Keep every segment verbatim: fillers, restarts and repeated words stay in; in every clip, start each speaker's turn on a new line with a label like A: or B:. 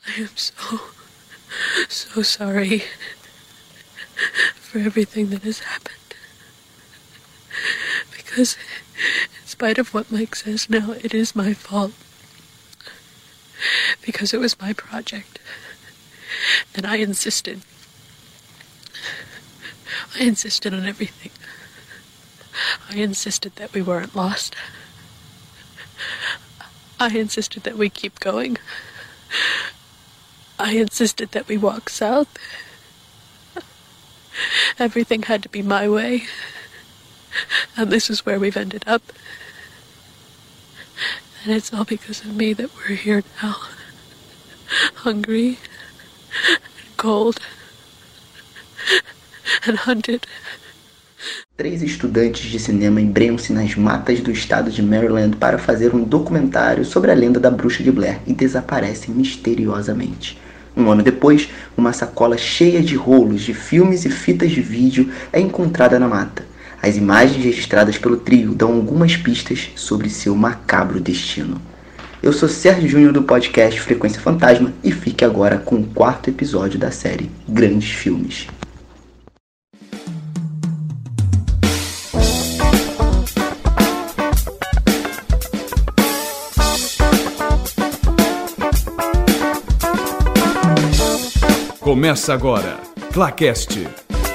A: I am so, so sorry for everything that has happened. Because in spite of what Mike says now, it is my fault. Because it was my project. And I insisted. I insisted on everything. I insisted that we weren't lost. I insisted that we keep going. I insisted that we walk south. Everything had to be my way. And this is where we've ended up. And it's all because of me that we're here now. Hungry, and cold, and hunted.
B: Três estudantes de cinema embrenham-se nas matas do estado de Maryland para fazer um documentário sobre a lenda da Bruxa de Blair e desaparecem misteriosamente. Um ano depois, uma sacola cheia de rolos de filmes e fitas de vídeo é encontrada na mata. As imagens registradas pelo trio dão algumas pistas sobre seu macabro destino. Eu sou Sérgio Júnior do podcast Frequência Fantasma e fique agora com o quarto episódio da série Grandes Filmes.
C: Começa agora, Clacast.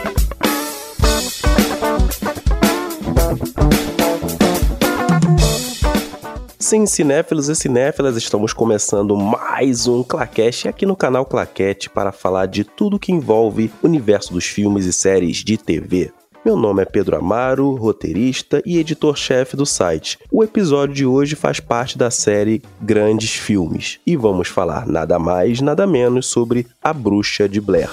D: Sim, cinéfilos e cinéfilas, estamos começando mais um Clacast aqui no canal Claquete para falar de tudo que envolve o universo dos filmes e séries de T V. Meu nome é Pedro Amaro, roteirista e editor-chefe do site. O episódio de hoje faz parte da série Grandes Filmes e vamos falar nada mais, nada menos sobre A Bruxa de Blair.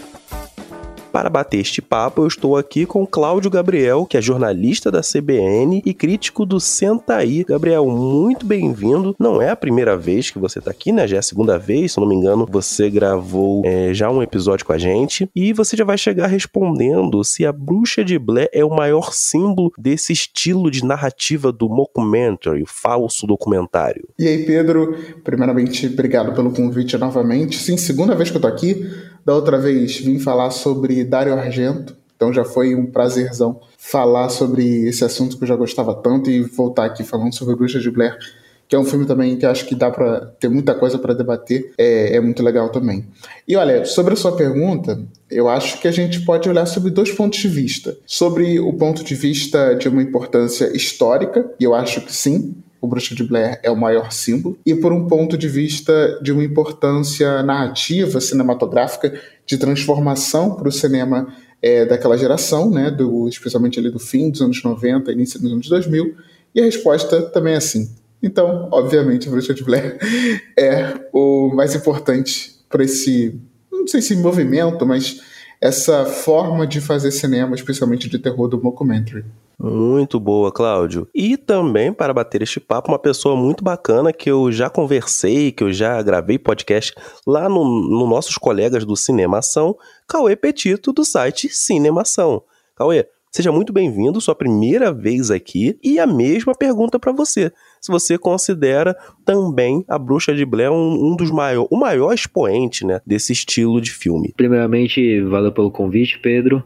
D: Para bater este papo, eu estou aqui com Cláudio Gabriel, que é jornalista da C B N e crítico do Senta Aí. Gabriel, muito bem-vindo. Não é a primeira vez que você está aqui, né? Já é a segunda vez, se eu não me engano, você gravou é, já um episódio com a gente. E você já vai chegar respondendo se A Bruxa de Blair é o maior símbolo desse estilo de narrativa do mockumentary, o falso documentário.
E: E aí, Pedro, primeiramente, obrigado pelo convite novamente. Sim, segunda vez que eu tô aqui. Da outra vez vim falar sobre Dario Argento, então já foi um prazerzão falar sobre esse assunto que eu já gostava tanto e voltar aqui falando sobre Bruxa de Blair, que é um filme também que acho que dá para ter muita coisa para debater, é, é muito legal também. E olha, sobre a sua pergunta, eu acho que a gente pode olhar sobre dois pontos de vista. Sobre o ponto de vista de uma importância histórica, e eu acho que sim, o Bruxa de Blair é o maior símbolo, e por um ponto de vista de uma importância narrativa, cinematográfica, de transformação para o cinema é, daquela geração, né, do, especialmente ali do fim dos anos noventa, início dos anos dois mil, e a resposta também é sim. Então, obviamente, o Bruxa de Blair é o mais importante para esse, não sei se movimento, mas essa forma de fazer cinema, especialmente de terror do mockumentary.
D: Muito boa, Cláudio. E também, para bater este papo, uma pessoa muito bacana que eu já conversei, que eu já gravei podcast lá no, no nossos colegas do Cinemação, Cauê Petito, do site Cinemação. Cauê, seja muito bem-vindo, sua primeira vez aqui, e a mesma pergunta para você. Se você considera também A Bruxa de Blair um, um dos maiores, o maior expoente, né, desse estilo de filme.
F: Primeiramente, valeu pelo convite, Pedro.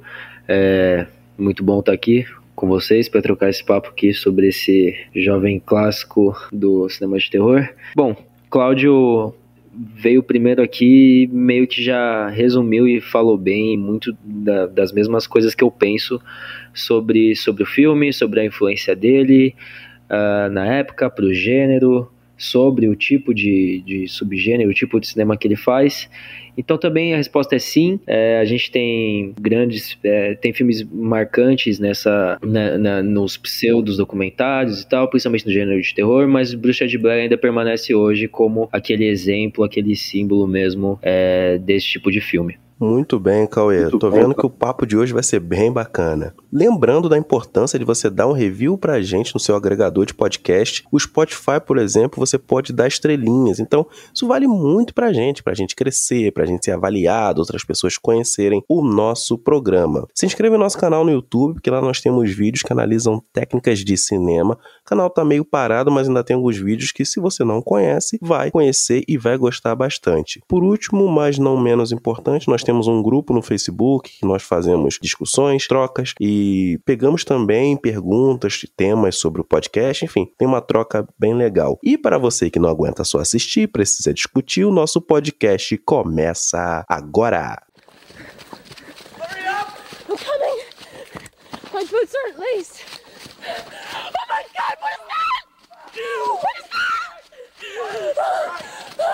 F: É muito bom estar aqui com vocês para trocar esse papo aqui sobre esse jovem clássico do cinema de terror. Bom, Cláudio veio primeiro aqui e meio que já resumiu e falou bem muito da, das mesmas coisas que eu penso sobre, sobre o filme, sobre a influência dele uh, na época, para o gênero, sobre o tipo de, de subgênero, o tipo de cinema que ele faz. Então também a resposta é sim. É, a gente tem grandes, é, tem filmes marcantes nessa, na, na, nos pseudos documentários e tal, principalmente no gênero de terror, mas Bruxa de Blair ainda permanece hoje como aquele exemplo, aquele símbolo mesmo é, desse tipo de filme.
D: Muito bem, Cauê. Muito Tô bem, vendo que o papo de hoje vai ser bem bacana. Lembrando da importância de você dar um review pra gente no seu agregador de podcast. O Spotify, por exemplo, você pode dar estrelinhas. Então, isso vale muito pra gente, pra gente crescer, pra gente ser avaliado, outras pessoas conhecerem o nosso programa. Se inscreva no nosso canal no YouTube, porque lá nós temos vídeos que analisam técnicas de cinema. O canal tá meio parado, mas ainda tem alguns vídeos que, se você não conhece, vai conhecer e vai gostar bastante. Por último, mas não menos importante, nós temos um grupo no Facebook que nós fazemos discussões, trocas e pegamos também perguntas, temas sobre o podcast, enfim, tem uma troca bem legal. E para você que não aguenta só assistir, precisa discutir, o nosso podcast começa agora!
G: Hurry up! I'm coming! My boots aren't laced! Oh my God, what is that? What is that?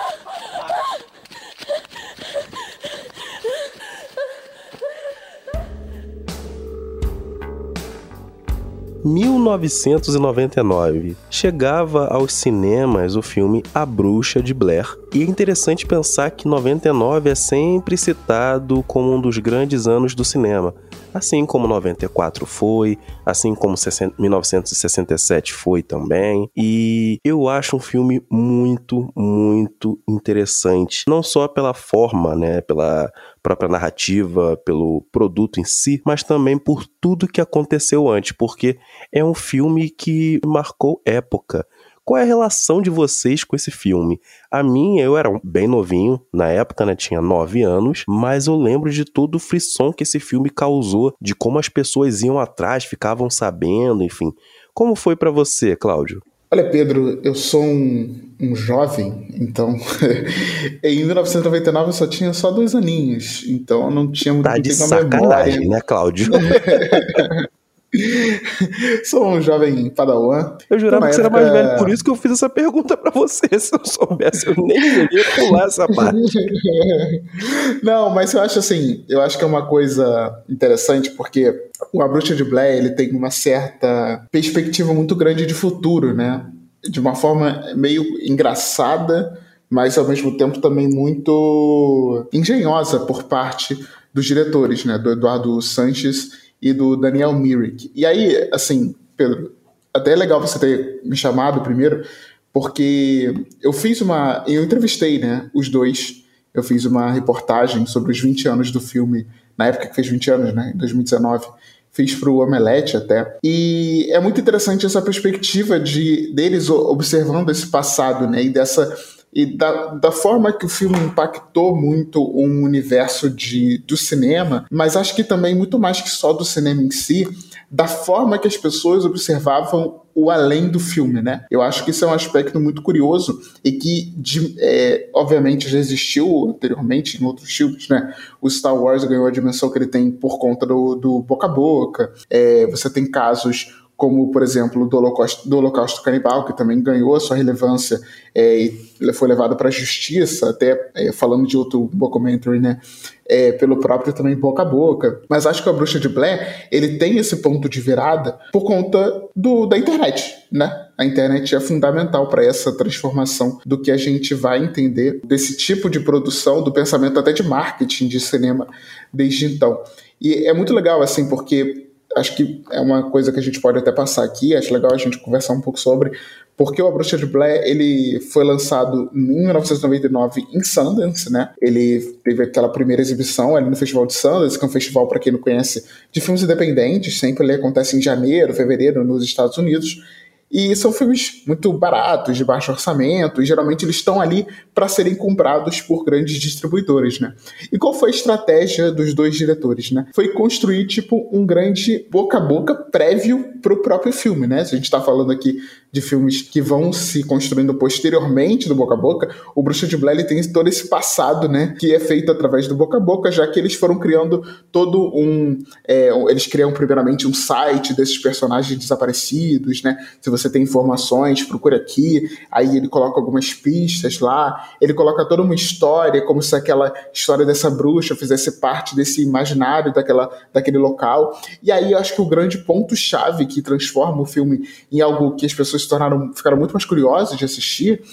D: mil novecentos e noventa e nove. Chegava aos cinemas o filme A Bruxa de Blair. E é interessante pensar que noventa e nove é sempre citado como um dos grandes anos do cinema. Assim como noventa e quatro foi, assim como mil novecentos e sessenta e sete foi também. E eu acho um filme muito, muito interessante. Não só pela forma, né, pela própria narrativa, pelo produto em si, mas também por tudo que aconteceu antes, porque é um filme que marcou época. Qual é a relação de vocês com esse filme? A minha, eu era bem novinho, na época, né, tinha nove anos, mas eu lembro de todo o frisson que esse filme causou, de como as pessoas iam atrás, ficavam sabendo, enfim. Como foi pra você, Cláudio?
E: Olha, Pedro, eu sou um, um jovem, então em mil novecentos e noventa e nove eu só tinha só dois aninhos, então eu não tinha muito
D: tá de sacanagem, memória, né, Cláudio?
E: Sou um jovem padawan.
D: Eu jurava que você época... era mais velho, por isso que eu fiz essa pergunta pra você. Se eu soubesse, eu nem queria pular essa parte.
E: Não, mas eu acho assim, eu acho que é uma coisa interessante, porque o A Bruxa de Blair, ele tem uma certa perspectiva muito grande de futuro, né? De uma forma meio engraçada, mas ao mesmo tempo também muito engenhosa por parte dos diretores, né? Do Eduardo Sanches e do Daniel Myrick. E aí, assim, Pedro, até é legal você ter me chamado primeiro, porque eu fiz uma... Eu entrevistei, né, os dois. Eu fiz uma reportagem sobre os vinte anos do filme, na época que fez vinte anos, né, em dois mil e dezenove. Fiz pro Omelete até. E é muito interessante essa perspectiva de, deles observando esse passado, né, e dessa... E da, da forma que o filme impactou muito um universo de, do cinema, mas acho que também muito mais que só do cinema em si, da forma que as pessoas observavam o além do filme, né? Eu acho que isso é um aspecto muito curioso e que, de, é, obviamente, já existiu anteriormente em outros filmes, né? O Star Wars ganhou a dimensão que ele tem por conta do, do boca a boca. É, você tem casos como, por exemplo, do Holocausto, do Holocausto Canibal, que também ganhou a sua relevância é, e foi levado para a justiça, até é, falando de outro documentary, né, é, pelo próprio também boca a boca. Mas acho que A Bruxa de Blair, ele tem esse ponto de virada por conta do, da internet, né? A internet é fundamental para essa transformação do que a gente vai entender desse tipo de produção, do pensamento até de marketing de cinema desde então. E é muito legal, assim, porque acho que é uma coisa que a gente pode até passar aqui, acho legal a gente conversar um pouco sobre, porque o A Bruxa de Blair, ele foi lançado em mil novecentos e noventa e nove em Sundance, né? Ele teve aquela primeira exibição ali no Festival de Sundance, que é um festival, para quem não conhece, de filmes independentes, sempre ele acontece em janeiro, fevereiro, nos Estados Unidos. E são filmes muito baratos, de baixo orçamento, e geralmente eles estão ali para serem comprados por grandes distribuidores, né? E qual foi a estratégia dos dois diretores, né? Foi construir, tipo, um grande boca a boca prévio para o próprio filme, né? Se a gente está falando aqui de filmes que vão se construindo posteriormente do boca a boca, o Bruxa de Blair, ele tem todo esse passado, né? Que é feito através do boca a boca, já que eles foram criando todo um... É, eles criam primeiramente um site desses personagens desaparecidos, né? Se você tem informações, procure aqui. Aí ele coloca algumas pistas lá, ele coloca toda uma história, como se aquela história dessa bruxa fizesse parte desse imaginário daquela, daquele local. E aí eu acho que o grande ponto-chave que transforma o filme em algo que as pessoas se tornaram, ficaram muito mais curiosas de assistir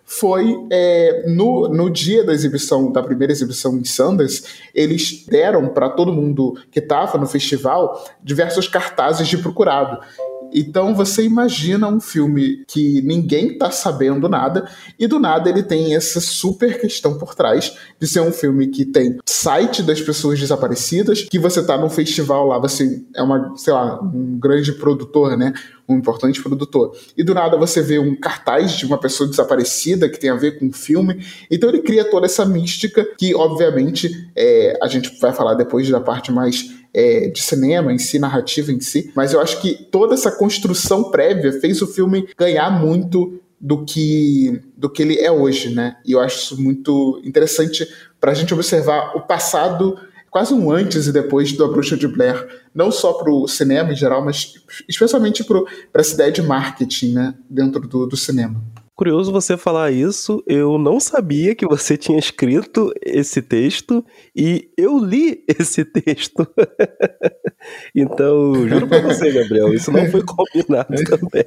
E: foi é, no, no dia da exibição, da primeira exibição em Sundance, eles deram para todo mundo que estava no festival diversos cartazes de procurado. Então você imagina um filme que ninguém tá sabendo nada e do nada ele tem essa super questão por trás de ser um filme que tem site das pessoas desaparecidas, que você tá num festival lá, você é uma, sei lá, um grande produtor, né? Um importante produtor. E do nada você vê um cartaz de uma pessoa desaparecida que tem a ver com o filme. Então ele cria toda essa mística que, obviamente, é, a gente vai falar depois da parte mais É, de cinema em si, narrativa em si, mas eu acho que toda essa construção prévia fez o filme ganhar muito do que, do que ele é hoje, né? E eu acho isso muito interessante pra gente observar o passado, quase um antes e depois do A Bruxa de Blair, não só pro cinema em geral, mas especialmente pro, pra essa ideia de marketing, né? Dentro do, do cinema.
D: Curioso você falar isso, eu não sabia que você tinha escrito esse texto e eu li esse texto. Então, juro pra você, Gabriel, isso não foi combinado também.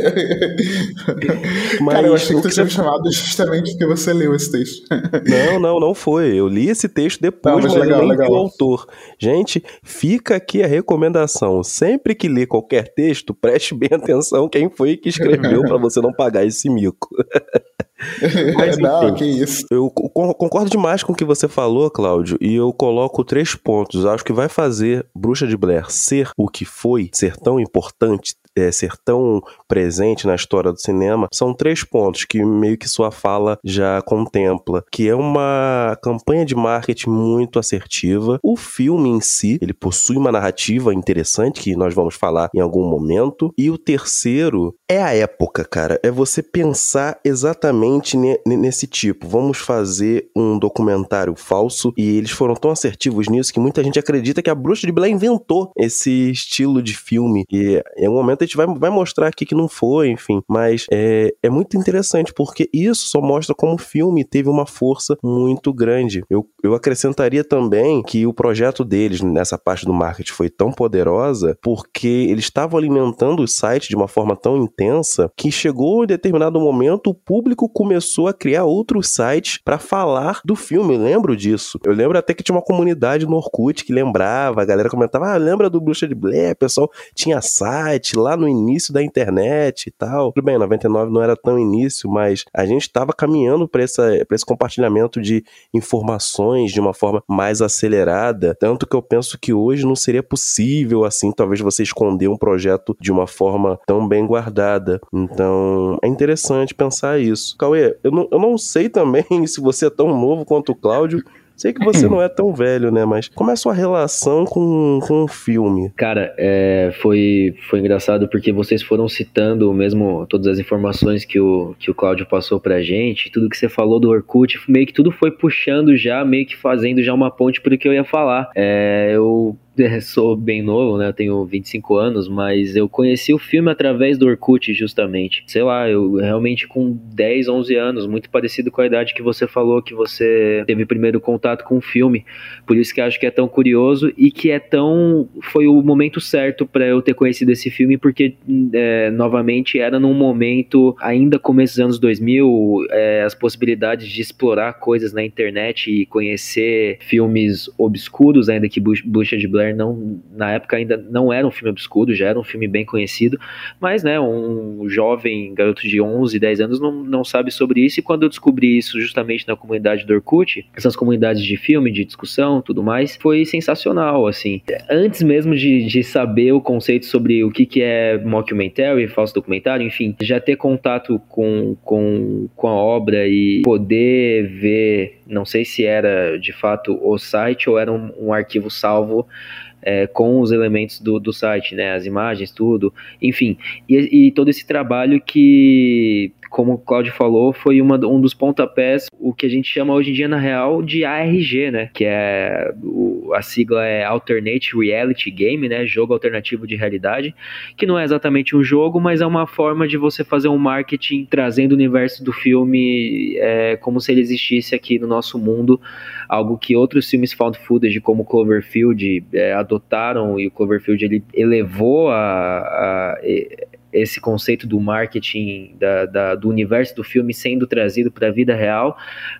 D: Mas
E: cara, eu achei que tu tinha me
D: você...
E: chamado justamente porque você leu esse texto.
D: Não, não, não foi. Eu li esse texto depois, não, mas, mas legal, eu nem legal. vi o autor. Gente, fica aqui a recomendação. Sempre que ler qualquer texto, preste bem atenção quem foi que escreveu pra você não pagar esse mico. Mas, enfim,
E: não, que isso.
D: Eu concordo demais com o que você falou, Cláudio, e eu coloco três pontos. Acho que vai fazer Bruxa de Blair ser o que foi, ser tão importante, é, ser tão presente na história do cinema. São três pontos que meio que sua fala já contempla, que é uma campanha de marketing muito assertiva. O filme em si, ele possui uma narrativa interessante, que nós vamos falar em algum momento. E o terceiro é a época, cara. É você pensar exatamente nesse tipo. Vamos fazer um documentário falso, e eles foram tão assertivos nisso que muita gente acredita que a Bruxa de Blair inventou esse estilo de filme. E em algum momento a gente vai, vai mostrar aqui que não foi, enfim. Mas é, é muito interessante, porque isso só mostra como o filme teve uma força muito grande. Eu, eu acrescentaria também que o projeto deles nessa parte do marketing foi tão poderosa porque eles estavam alimentando o site de uma forma tão intensa que chegou em determinado momento o público começou a criar outros sites para falar do filme. Eu lembro disso. Eu lembro até que tinha uma comunidade no Orkut que lembrava, a galera comentava, ah, lembra do Bruxa de Blair? O pessoal tinha site lá no início da internet e tal. Tudo bem, noventa e nove não era tão início, mas a gente estava caminhando para esse compartilhamento de informações de uma forma mais acelerada, tanto que eu penso que hoje não seria possível assim, talvez você esconder um projeto de uma forma tão bem guardada. Então, é interessante pensar isso. Cauê, eu não, eu não sei também se você é tão novo quanto o Cláudio. Sei que você não é tão velho, né? Mas como é a sua relação com, com o filme?
F: Cara, é, foi, foi engraçado porque vocês foram citando mesmo todas as informações que o, que o Cláudio passou pra gente, tudo que você falou do Orkut, meio que tudo foi puxando já, meio que fazendo já uma ponte pro que eu ia falar. É, eu... sou bem novo, né, eu tenho vinte e cinco anos, mas eu conheci o filme através do Orkut, justamente. Sei lá, eu realmente com dez, onze anos, muito parecido com a idade que você falou, que você teve primeiro contato com o filme. Por isso que acho que é tão curioso e que é tão... foi o momento certo para eu ter conhecido esse filme, porque, é, novamente, era num momento, ainda começo dos anos dois mil, é, as possibilidades de explorar coisas na internet e conhecer filmes obscuros, ainda que Bruxa de Blair não, na época ainda não era um filme obscuro, já era um filme bem conhecido, mas, né, um jovem garoto de onze, dez anos não, não sabe sobre isso, e quando eu descobri isso justamente na comunidade do Orkut, essas comunidades de filme, de discussão, tudo mais, foi sensacional, assim. Antes mesmo de, de saber o conceito sobre o que, que é mockumentary, falso documentário, enfim, já ter contato com, com, com a obra e poder ver, não sei se era de fato o site ou era um, um arquivo salvo É, com os elementos do, do site, né, as imagens, tudo, enfim, e, e todo esse trabalho que, como o Cláudio falou, foi uma, um dos pontapés, o que a gente chama hoje em dia, na real, de A R G, né, que é, o, a sigla é Alternate Reality Game, né, jogo alternativo de realidade, que não é exatamente um jogo, mas é uma forma de você fazer um marketing trazendo o universo do filme é, como se ele existisse aqui no nosso mundo, algo que outros filmes found footage, como Cloverfield, é, adotaram, e o Cloverfield ele elevou a, a, esse conceito do marketing, da, da, do universo do filme sendo trazido para a vida real,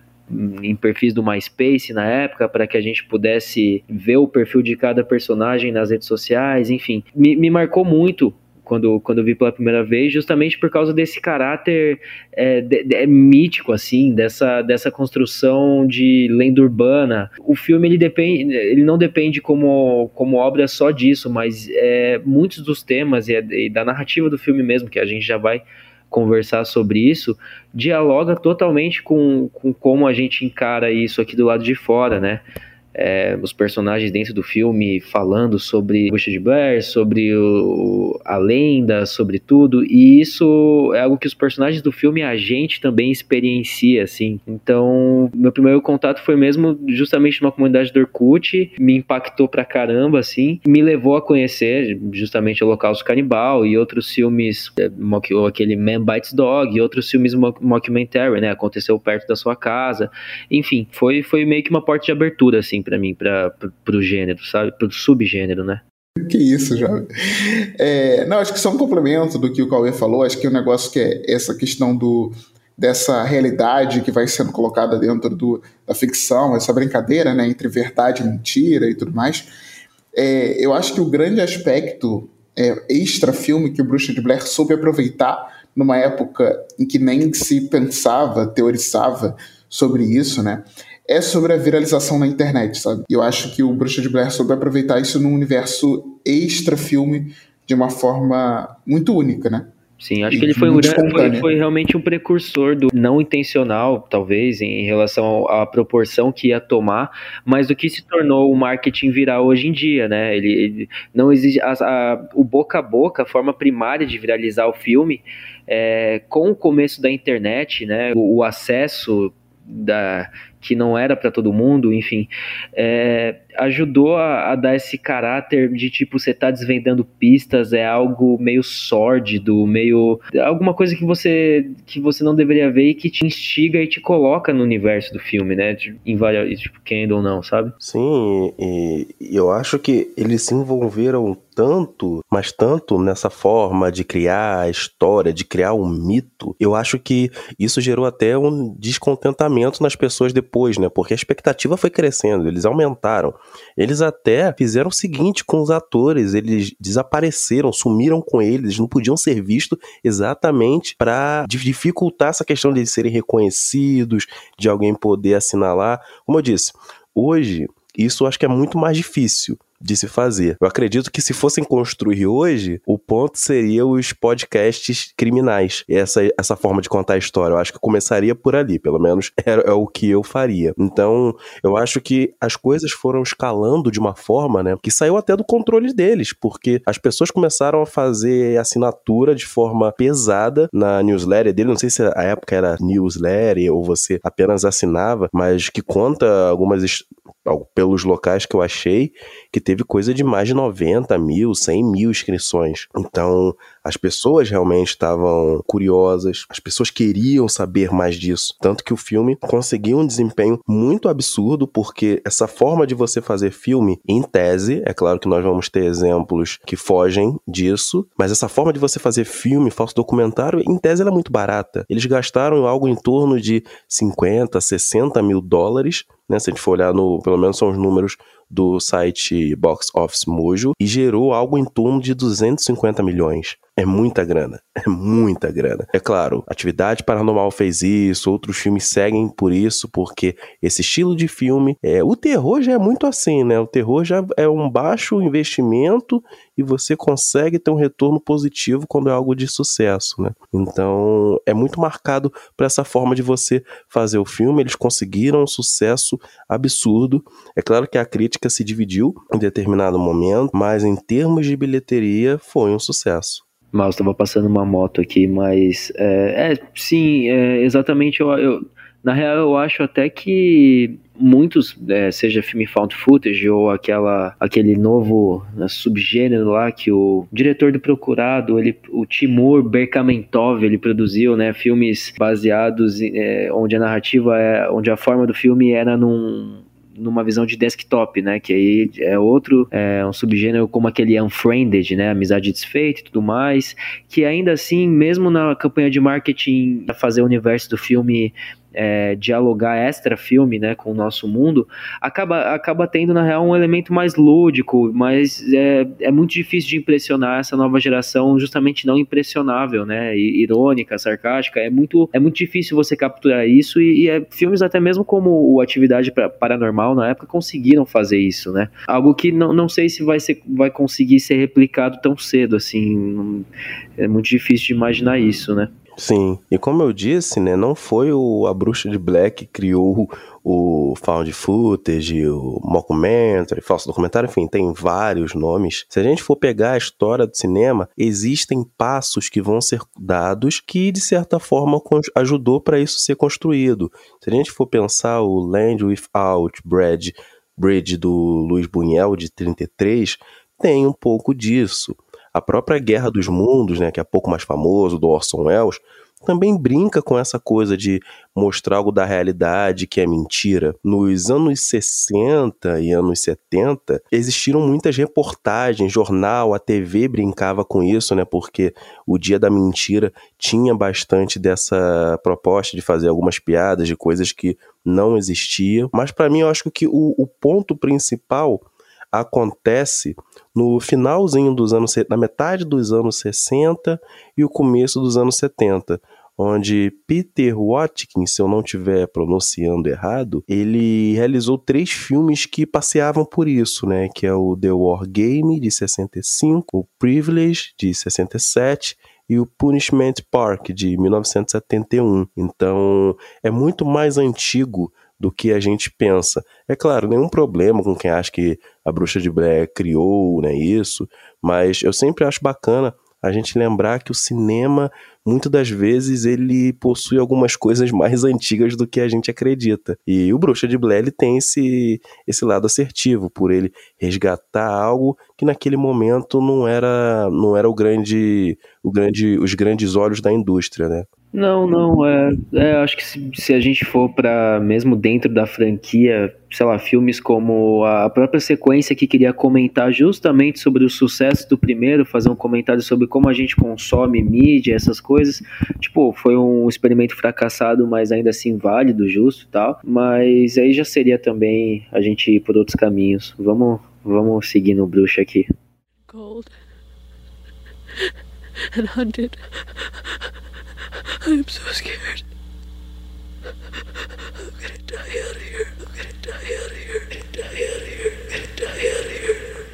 F: em perfis do MySpace na época, para que a gente pudesse ver o perfil de cada personagem nas redes sociais, enfim, me, me marcou muito quando, quando eu vi pela primeira vez, justamente por causa desse caráter é, de, de, mítico, assim, dessa, dessa construção de lenda urbana. O filme, ele, depende, ele não depende como, como obra só disso, mas é, muitos dos temas e, e da narrativa do filme mesmo, que a gente já vai conversar sobre isso, dialoga totalmente com, com como a gente encara isso aqui do lado de fora, né? É, os personagens dentro do filme falando sobre Bruxa de Blair, sobre o, a lenda, sobre tudo, e isso é algo que os personagens do filme a gente também experiencia, assim. Então, meu primeiro contato foi mesmo justamente numa comunidade do Orkut, me impactou pra caramba, assim, me levou a conhecer justamente o Holocausto Canibal e outros filmes, aquele Man Bites Dog, e outros filmes mockumentary, né, aconteceu perto da sua casa, enfim, foi, foi meio que uma porta de abertura, assim, pra mim, pra, pro, pro gênero, sabe? Pro subgênero, né?
E: Que isso, jovem. É, não, acho que só um complemento do que o Cauê falou, acho que o negócio que é essa questão do, dessa realidade que vai sendo colocada dentro do, da ficção, essa brincadeira, né, entre verdade e mentira e tudo mais, é, eu acho que o grande aspecto é, extra-filme que o Bruxa de Blair soube aproveitar numa época em que nem se pensava, teorizava sobre isso, né, é sobre a viralização na internet, sabe? E eu acho que o Bruxa de Blair soube aproveitar isso num universo extra-filme de uma forma muito única, né?
F: Sim, acho que ele foi, um, foi, foi realmente um precursor do não intencional, talvez, em relação à proporção que ia tomar, mas do que se tornou o marketing viral hoje em dia, né? Ele, ele não exige a, a, o boca a boca, a forma primária de viralizar o filme, é, com o começo da internet, né? O, o acesso da, que não era para todo mundo, enfim, é, ajudou a, a dar esse caráter de tipo, você tá desvendando pistas, é algo meio sórdido, meio, alguma coisa que você, que você não deveria ver e que te instiga e te coloca no universo do filme, né, tipo, tipo querendo ou não, sabe?
D: Sim, e, e eu acho que eles se envolveram tanto, mas tanto nessa forma de criar a história, de criar um mito, eu acho que isso gerou até um descontentamento nas pessoas depois, né? Porque a expectativa foi crescendo, eles aumentaram. Eles até fizeram o seguinte com os atores, eles desapareceram, sumiram com eles, eles não podiam ser vistos exatamente para dificultar essa questão de eles serem reconhecidos, de alguém poder assinalar. Como eu disse, hoje isso eu acho que é muito mais difícil de se fazer. Eu acredito que se fossem construir hoje, o ponto seria os podcasts criminais. Essa, essa forma de contar a história. Eu acho que começaria por ali, pelo menos é, é o que eu faria. Então, eu acho que as coisas foram escalando de uma forma, né, que saiu até do controle deles, porque as pessoas começaram a fazer assinatura de forma pesada na newsletter dele. Não sei se a época era newsletter ou você apenas assinava, mas que conta algumas, pelos locais que eu achei, que teve coisa de mais de noventa mil, cem mil inscrições. Então, as pessoas realmente estavam curiosas, as pessoas queriam saber mais disso. Tanto que o filme conseguiu um desempenho muito absurdo, porque essa forma de você fazer filme, em tese, é claro que nós vamos ter exemplos que fogem disso, mas essa forma de você fazer filme, falso documentário, em tese ela é muito barata. Eles gastaram algo em torno de cinquenta, sessenta mil dólares, né? Se a gente for olhar, no, pelo menos são os números do site Box Office Mojo, e gerou algo em torno de duzentos e cinquenta milhões. É muita grana, é muita grana. É claro, Atividade Paranormal fez isso, outros filmes seguem por isso, porque esse estilo de filme, é, o terror já é muito assim, né? O terror já é um baixo investimento e você consegue ter um retorno positivo quando é algo de sucesso, né? Então, é muito marcado para essa forma de você fazer o filme. Eles conseguiram um sucesso absurdo. É claro que a crítica se dividiu em determinado momento, mas em termos de bilheteria foi um sucesso.
F: Mal, estava passando uma moto aqui, mas é, é sim, é, exatamente, eu, eu, na real eu acho até que muitos, é, seja filme found footage ou aquela, aquele novo, né, subgênero lá que o diretor do Procurado, ele, o Timur Berkamentov, ele produziu, né, filmes baseados em, é, onde a narrativa, é, onde a forma do filme era num numa visão de desktop, né, que aí é outro, é um subgênero como aquele Unfriended, né, Amizade Desfeita e tudo mais, que ainda assim, mesmo na campanha de marketing, a fazer o universo do filme É, dialogar extra-filme, né, com o nosso mundo, acaba, acaba tendo, na real, um elemento mais lúdico, mas é, é muito difícil de impressionar essa nova geração, justamente não impressionável, né, irônica, sarcástica, é muito, é muito difícil você capturar isso, e, e é, filmes até mesmo como o Atividade Paranormal, na época, conseguiram fazer isso, né, algo que não, não sei se vai, ser, vai conseguir ser replicado tão cedo, assim, não, é muito difícil de imaginar isso, né.
D: Sim, e como eu disse, né, não foi o, a Bruxa de Blair que criou o found footage, o mockumentary, falso documentário, enfim, tem vários nomes. Se a gente for pegar a história do cinema, existem passos que vão ser dados que, de certa forma, ajudou para isso ser construído. Se a gente for pensar o Land Without Bridge, Bridge do Luiz Buñuel, de trinta e três, tem um pouco disso. A própria Guerra dos Mundos, né, que é pouco mais famoso, do Orson Welles, também brinca com essa coisa de mostrar algo da realidade que é mentira. Nos anos sessenta e anos setenta, existiram muitas reportagens, jornal, a T V brincava com isso, né, porque o Dia da Mentira tinha bastante dessa proposta de fazer algumas piadas de coisas que não existiam. Mas para mim, eu acho que o, o ponto principal acontece no finalzinho dos anos, na metade dos anos sessenta e o começo dos anos setenta, onde Peter Watkins, se eu não estiver pronunciando errado, ele realizou três filmes que passeavam por isso, né, que é o The War Game, de sessenta e cinco, o Privilege, de sessenta e sete, e o Punishment Park, de mil novecentos e setenta e um. Então, é muito mais antigo do que a gente pensa. É claro, nenhum problema com quem acha que a Bruxa de Blair criou, né, isso, mas eu sempre acho bacana a gente lembrar que o cinema, muitas das vezes, ele possui algumas coisas mais antigas do que a gente acredita. E o Bruxa de Blair, ele tem esse, esse lado assertivo, por ele resgatar algo que naquele momento não era, não era o grande, o grande, os grandes olhos da indústria, né?
F: Não, não, é, é acho que se, se a gente for para mesmo dentro da franquia, sei lá, filmes como a própria sequência que queria comentar justamente sobre o sucesso do primeiro, fazer um comentário sobre como a gente consome mídia, essas coisas, tipo, foi um experimento fracassado, mas ainda assim válido, justo e tal, mas aí já seria também a gente ir por outros caminhos. Vamos, vamos seguir no bruxo aqui.
A: Cold and hunted. I'm so scared. I'm gonna die out here. I'm gonna die out here. I'm gonna die out here. I'm gonna die out here.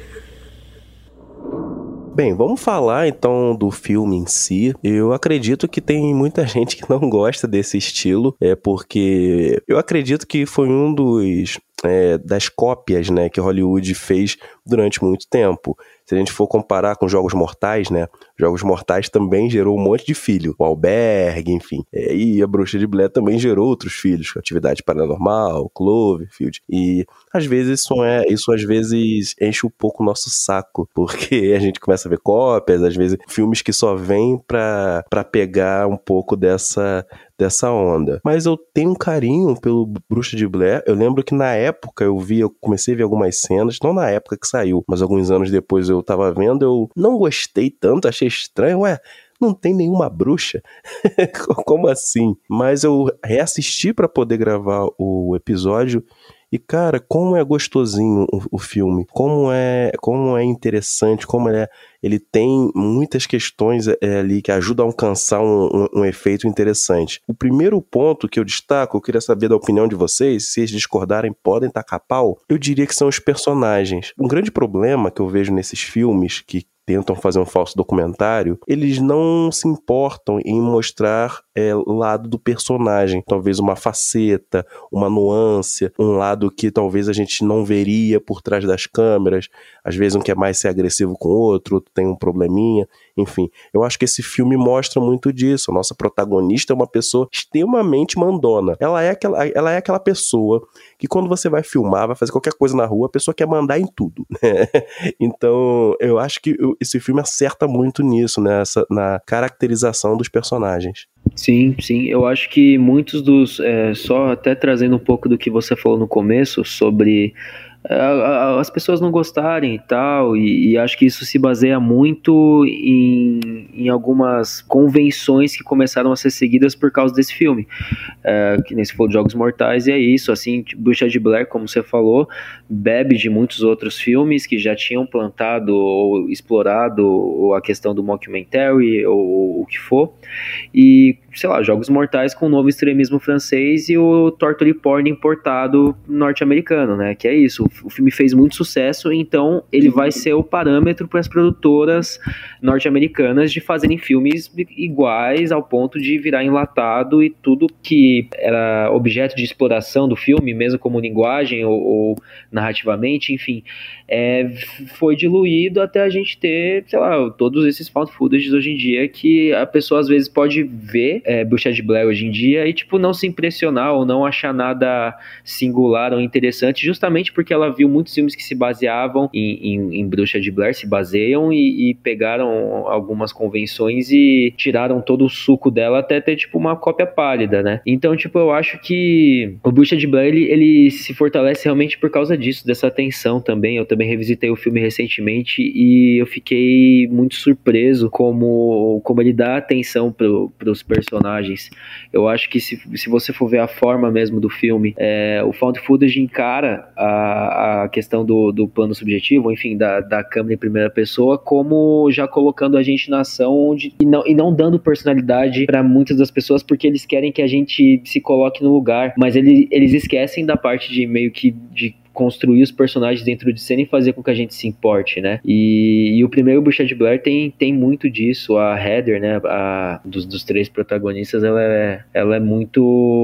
D: Bem, vamos falar então do filme em si. Eu acredito que tem muita gente que não gosta desse estilo, é porque eu acredito que foi um dos é, das cópias, né, que Hollywood fez durante muito tempo. Se a gente for comparar com Jogos Mortais, né, Jogos Mortais também gerou um monte de filho, o Albergue, enfim, é, e a Bruxa de Blair também gerou outros filhos, Atividade Paranormal, Cloverfield, e às vezes isso, é, isso às vezes enche um pouco o nosso saco, porque a gente começa a ver cópias, às vezes filmes que só vêm pra, pra pegar um pouco dessa... dessa onda. Mas eu tenho um carinho pelo Bruxa de Blair. Eu lembro que na época eu vi, eu comecei a ver algumas cenas, não na época que saiu, mas alguns anos depois eu tava vendo, eu não gostei tanto, achei estranho, ué, não tem nenhuma bruxa? Como assim? Mas eu reassisti pra poder gravar o episódio. E, cara, como é gostosinho o, o filme, como é, como é interessante, como é, ele tem muitas questões é, ali que ajudam a alcançar um, um, um efeito interessante. O primeiro ponto que eu destaco, eu queria saber da opinião de vocês, se eles discordarem, podem tacar pau, eu diria que são os personagens. Um grande problema que eu vejo nesses filmes que tentam fazer um falso documentário, eles não se importam em mostrar é, o lado do personagem, talvez uma faceta, uma nuance, um lado que talvez a gente não veria por trás das câmeras, às vezes um quer mais ser agressivo com o outro, outro tem um probleminha, Enfim, eu acho que esse filme mostra muito disso. A nossa protagonista é uma pessoa extremamente mandona. Ela é aquela, ela é aquela pessoa que quando você vai filmar, vai fazer qualquer coisa na rua, a pessoa quer mandar em tudo, né? Então, eu acho que esse filme acerta muito nisso, né? Essa, na caracterização dos personagens.
F: Sim, sim, eu acho que muitos dos, é, só até trazendo um pouco do que você falou no começo, sobre é, as pessoas não gostarem e tal, e, e acho que isso se baseia muito em, em algumas convenções que começaram a ser seguidas por causa desse filme, é, que nem se for Jogos Mortais, e é isso, assim, Bruxa de Blair, como você falou, bebe de muitos outros filmes que já tinham plantado ou explorado a questão do mockumentary, ou, ou o que for, e sei lá, Jogos Mortais com o novo extremismo francês e o torture porn importado norte-americano, né, que é isso, o filme fez muito sucesso, então ele vai ser o parâmetro para as produtoras norte-americanas de fazerem filmes iguais ao ponto de virar enlatado, e tudo que era objeto de exploração do filme, mesmo como linguagem ou, ou narrativamente, enfim, é, foi diluído até a gente ter, sei lá, todos esses found footage hoje em dia que a pessoa às vezes pode ver É, Bruxa de Blair hoje em dia e tipo não se impressionar ou não achar nada singular ou interessante, justamente porque ela viu muitos filmes que se baseavam em, em, em Bruxa de Blair, se baseiam e, e pegaram algumas convenções e tiraram todo o suco dela até ter tipo uma cópia pálida, né? Então tipo, eu acho que o Bruxa de Blair ele, ele se fortalece realmente por causa disso, dessa tensão também. Eu também revisitei o filme recentemente e eu fiquei muito surpreso como, como ele dá atenção pro, pros personagens. Eu acho que se, se você for ver a forma mesmo do filme, é, o found footage encara a, a questão do, do plano subjetivo, enfim, da, da câmera em primeira pessoa, como já colocando a gente na ação onde, e, não, e não dando personalidade para muitas das pessoas, porque eles querem que a gente se coloque no lugar, mas ele, eles esquecem da parte de meio que de construir os personagens dentro de cena e fazer com que a gente se importe, né? E, e o primeiro Bruxa de Blair tem, tem muito disso. A Heather, né, a, dos, dos três protagonistas, ela é, ela é muito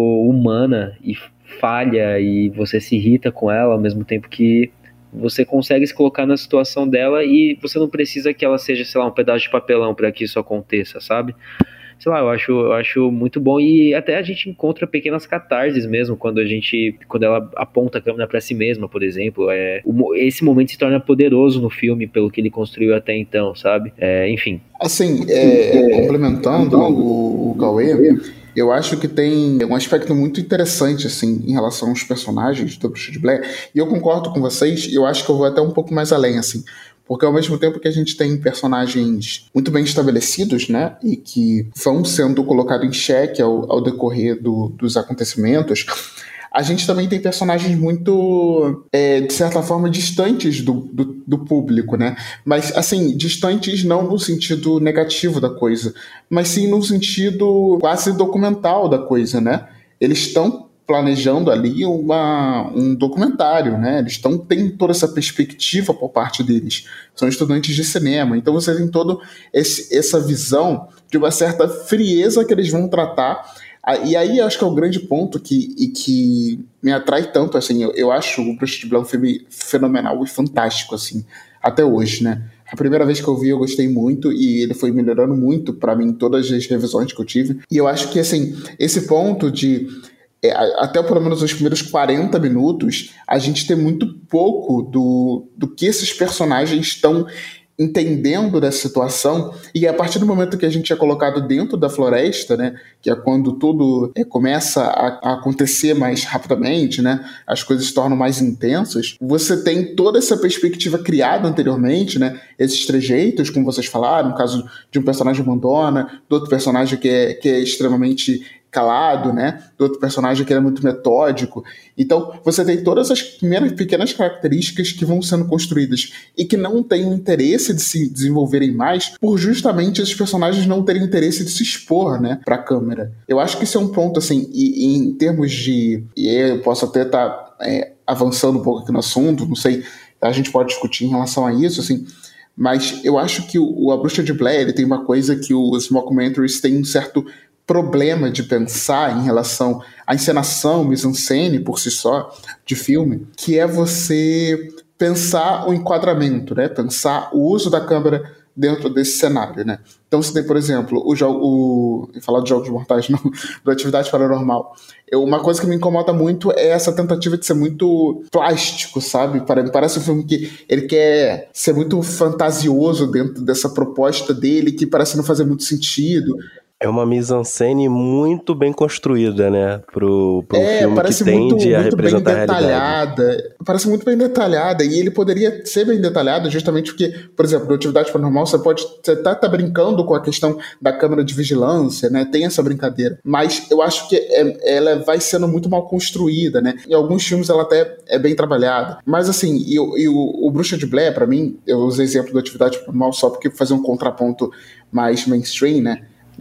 F: humana e falha, e você se irrita com ela ao mesmo tempo que você consegue se colocar na situação dela, e você não precisa que ela seja, sei lá, um pedaço de papelão para que isso aconteça, sabe? Sei lá, eu acho, eu acho muito bom, e até a gente encontra pequenas catarses mesmo, quando a gente, quando ela aponta a câmera pra si mesma, por exemplo, é, o, esse momento se torna poderoso no filme, pelo que ele construiu até então, sabe? É, enfim.
E: Assim, é, complementando o, o Cauê, eu acho que tem um aspecto muito interessante, assim, em relação aos personagens do Bruxa de Blair, e eu concordo com vocês, eu acho que eu vou até um pouco mais além, assim, porque ao mesmo tempo que a gente tem personagens muito bem estabelecidos, né, e que vão sendo colocados em xeque ao, ao decorrer do, dos acontecimentos, a gente também tem personagens muito, é, de certa forma, distantes do, do, do público, né? Mas, assim, distantes não no sentido negativo da coisa, mas sim no sentido quase documental da coisa, né? Eles estão planejando ali uma, um documentário, né? Eles estão têm toda essa perspectiva por parte deles. São estudantes de cinema, então você tem toda essa visão de uma certa frieza que eles vão tratar. E aí acho que é o grande ponto que, e que me atrai tanto, assim, eu, eu acho o Bruxa de Blair um filme fenomenal e fantástico, assim, até hoje, né? A primeira vez que eu vi eu gostei muito, e ele foi melhorando muito pra mim todas as revisões que eu tive. E eu acho que, assim, esse ponto de É, até pelo menos os primeiros quarenta minutos, a gente tem muito pouco do, do que esses personagens estão entendendo dessa situação, e a partir do momento que a gente é colocado dentro da floresta, né, que é quando tudo é, começa a, a acontecer mais rapidamente, né, as coisas se tornam mais intensas, você tem toda essa perspectiva criada anteriormente, né, esses trejeitos, como vocês falaram, no caso de um personagem mandona, do outro personagem que é, que é extremamente calado, né, do outro personagem que é muito metódico. Então você tem todas as primeiras pequenas características que vão sendo construídas e que não têm o interesse de se desenvolverem mais, por justamente esses personagens não terem interesse de se expor, né, para a câmera. Eu acho que isso é um ponto, assim, e, e em termos de, e eu posso até estar tá, é, avançando um pouco aqui no assunto, não sei, a gente pode discutir em relação a isso, assim, mas eu acho que o, A Bruxa de Blair, ele tem uma coisa que os mockumentaries têm um certo problema de pensar em relação à encenação, mise-en-scène por si só, de filme, que é você pensar o enquadramento, né? Pensar o uso da câmera dentro desse cenário, né? Então você tem, por exemplo, o jogo, o, falar de Jogos Mortais, não, do Atividade Paranormal. Eu, uma coisa que me incomoda muito é essa tentativa de ser muito plástico, sabe? Parece um filme que ele quer ser muito fantasioso dentro dessa proposta dele, que parece não fazer muito sentido.
D: É uma mise-en-scène muito bem construída, né? Pro, pro
E: é,
D: filme
E: parece
D: que
E: muito,
D: tende a
E: muito bem
D: representar a realidade.
E: detalhada. Parece muito bem detalhada. E ele poderia ser bem detalhado justamente porque, por exemplo, na Atividade Paranormal, você pode você tá, tá brincando com a questão da câmera de vigilância, né? Tem essa brincadeira. Mas eu acho que é, ela vai sendo muito mal construída, né? Em alguns filmes ela até é bem trabalhada. Mas assim, e, e o, o Bruxa de Blair, pra mim, eu usei exemplo da Atividade Paranormal só porque fazer um contraponto mais mainstream, né?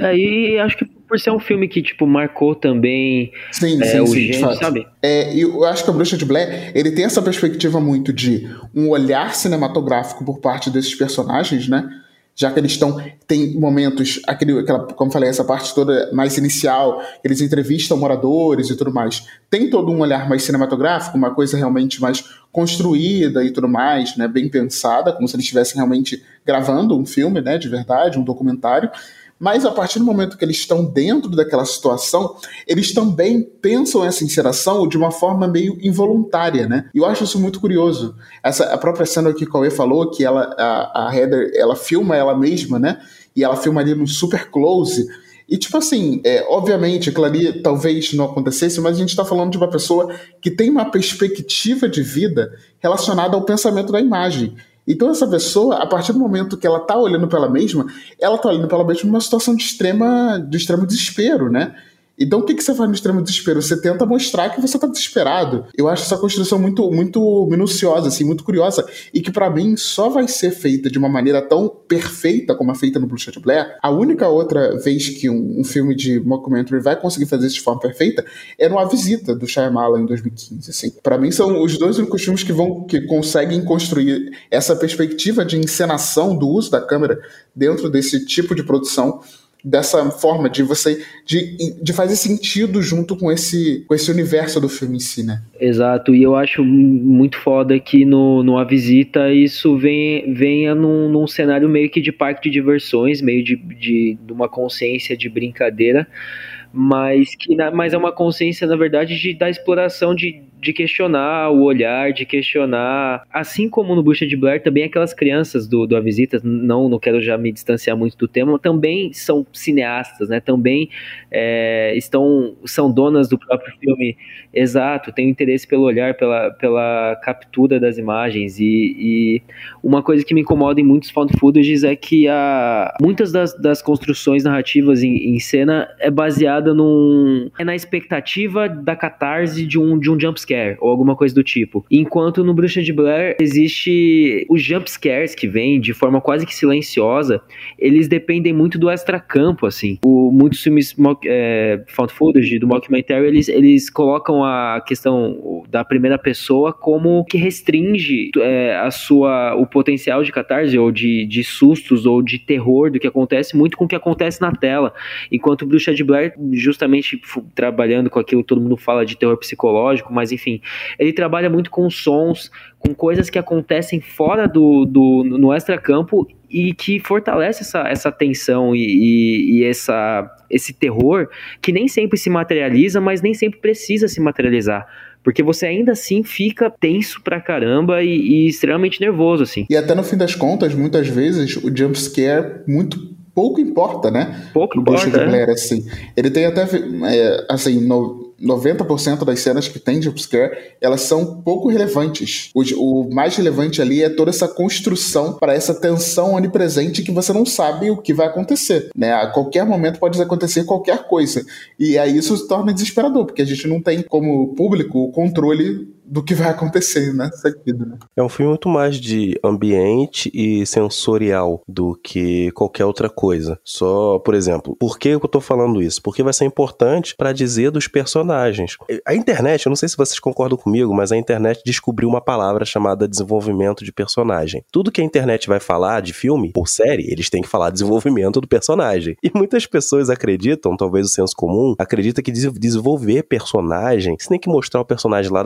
F: Aí acho que por ser um filme que, tipo, marcou também
E: sim,
F: é,
E: sim,
F: o
E: sim,
F: gênero, sabe?
E: É, eu acho que a Bruxa de Blair, ele tem essa perspectiva muito de um olhar cinematográfico por parte desses personagens, né? Já que eles estão, tem momentos, aquele, aquela, como falei, essa parte toda mais inicial, eles entrevistam moradores e tudo mais. Tem todo um olhar mais cinematográfico, uma coisa realmente mais construída e tudo mais, né? Bem pensada, como se eles estivessem realmente gravando um filme, né? De verdade, um documentário. Mas a partir do momento que eles estão dentro daquela situação, eles também pensam essa encenação de uma forma meio involuntária, né? E eu acho isso muito curioso. Essa, a própria cena que o Cauê falou, que ela, a, a Heather, ela filma ela mesma, né? E ela filma ali no super close. E tipo assim, é, obviamente aquilo ali talvez não acontecesse, mas a gente está falando de uma pessoa que tem uma perspectiva de vida relacionada ao pensamento da imagem. Então essa pessoa, a partir do momento que ela tá olhando para ela mesma, ela tá olhando para ela mesma numa situação de extrema, de extremo desespero, né? Então o que, que você faz no extremo desespero? Você tenta mostrar que você tá desesperado. Eu acho essa construção muito, muito minuciosa, assim, muito curiosa, e que para mim só vai ser feita de uma maneira tão perfeita como é feita no Bruxa de Blair. A única outra vez que um, um filme de mockumentary vai conseguir fazer isso de forma perfeita é no A Visita, do Shyamalan, em dois mil e quinze. Assim. Para mim são os dois únicos filmes que, vão, que conseguem construir essa perspectiva de encenação do uso da câmera dentro desse tipo de produção, dessa forma de você de, de fazer sentido junto com esse, com esse universo do filme em si, né?
F: Exato, e eu acho muito foda que no, no A Visita isso vem, venha num, num cenário meio que de parque de diversões, meio de, de, de uma consciência de brincadeira, mas, que, mas é uma consciência, na verdade, de, da exploração de, de questionar o olhar, de questionar, assim como no Bruxa de Blair, também aquelas crianças do, do A Visita, não, não quero já me distanciar muito do tema, também são cineastas, né, também é, estão, são donas do próprio filme, exato, têm interesse pelo olhar, pela, pela captura das imagens, e, e uma coisa que me incomoda em muitos found footages é que a, muitas das, das construções narrativas em, em cena é baseada num, é na expectativa da catarse de um, de um jumpscare, ou alguma coisa do tipo. Enquanto no Bruxa de Blair existe os jumpscares que vêm de forma quase que silenciosa, eles dependem muito do extracampo, assim. O, muitos filmes é, found footage, do mockumentary, eles, eles colocam a questão da primeira pessoa como que restringe é, a sua, o potencial de catarse, ou de, de sustos, ou de terror do que acontece, muito com o que acontece na tela. Enquanto o Bruxa de Blair, justamente trabalhando com aquilo que todo mundo fala de terror psicológico, mas enfim, ele trabalha muito com sons, com coisas que acontecem fora do, do no extracampo e que fortalece essa, essa tensão e, e, e essa, esse terror que nem sempre se materializa, mas nem sempre precisa se materializar. Porque você ainda assim fica tenso pra caramba e, e extremamente nervoso, assim.
E: E até no fim das contas, muitas vezes, o jumpscare muito pouco importa, né?
F: Pouco
E: no
F: importa,
E: Bruxa de Blair,
F: é.
E: assim. Ele tem até, é, assim, no, noventa por cento das cenas que tem jumpscare, elas são pouco relevantes. O, o mais relevante ali é toda essa construção para essa tensão onipresente que você não sabe o que vai acontecer, né? A qualquer momento pode acontecer qualquer coisa. E aí isso se torna desesperador, porque a gente não tem, como público, o controle do que vai acontecer, né? Seguido, né?
D: É um filme muito mais de ambiente e sensorial do que qualquer outra coisa. Só, por exemplo, por que eu tô falando isso? Porque vai ser importante para dizer dos personagens. A internet, eu não sei se vocês concordam comigo, mas a internet descobriu uma palavra chamada desenvolvimento de personagem. Tudo que a internet vai falar de filme ou série, eles têm que falar desenvolvimento do personagem. E muitas pessoas acreditam, talvez o senso comum, acredita que desenvolver personagem, você tem que mostrar o personagem lá, lá de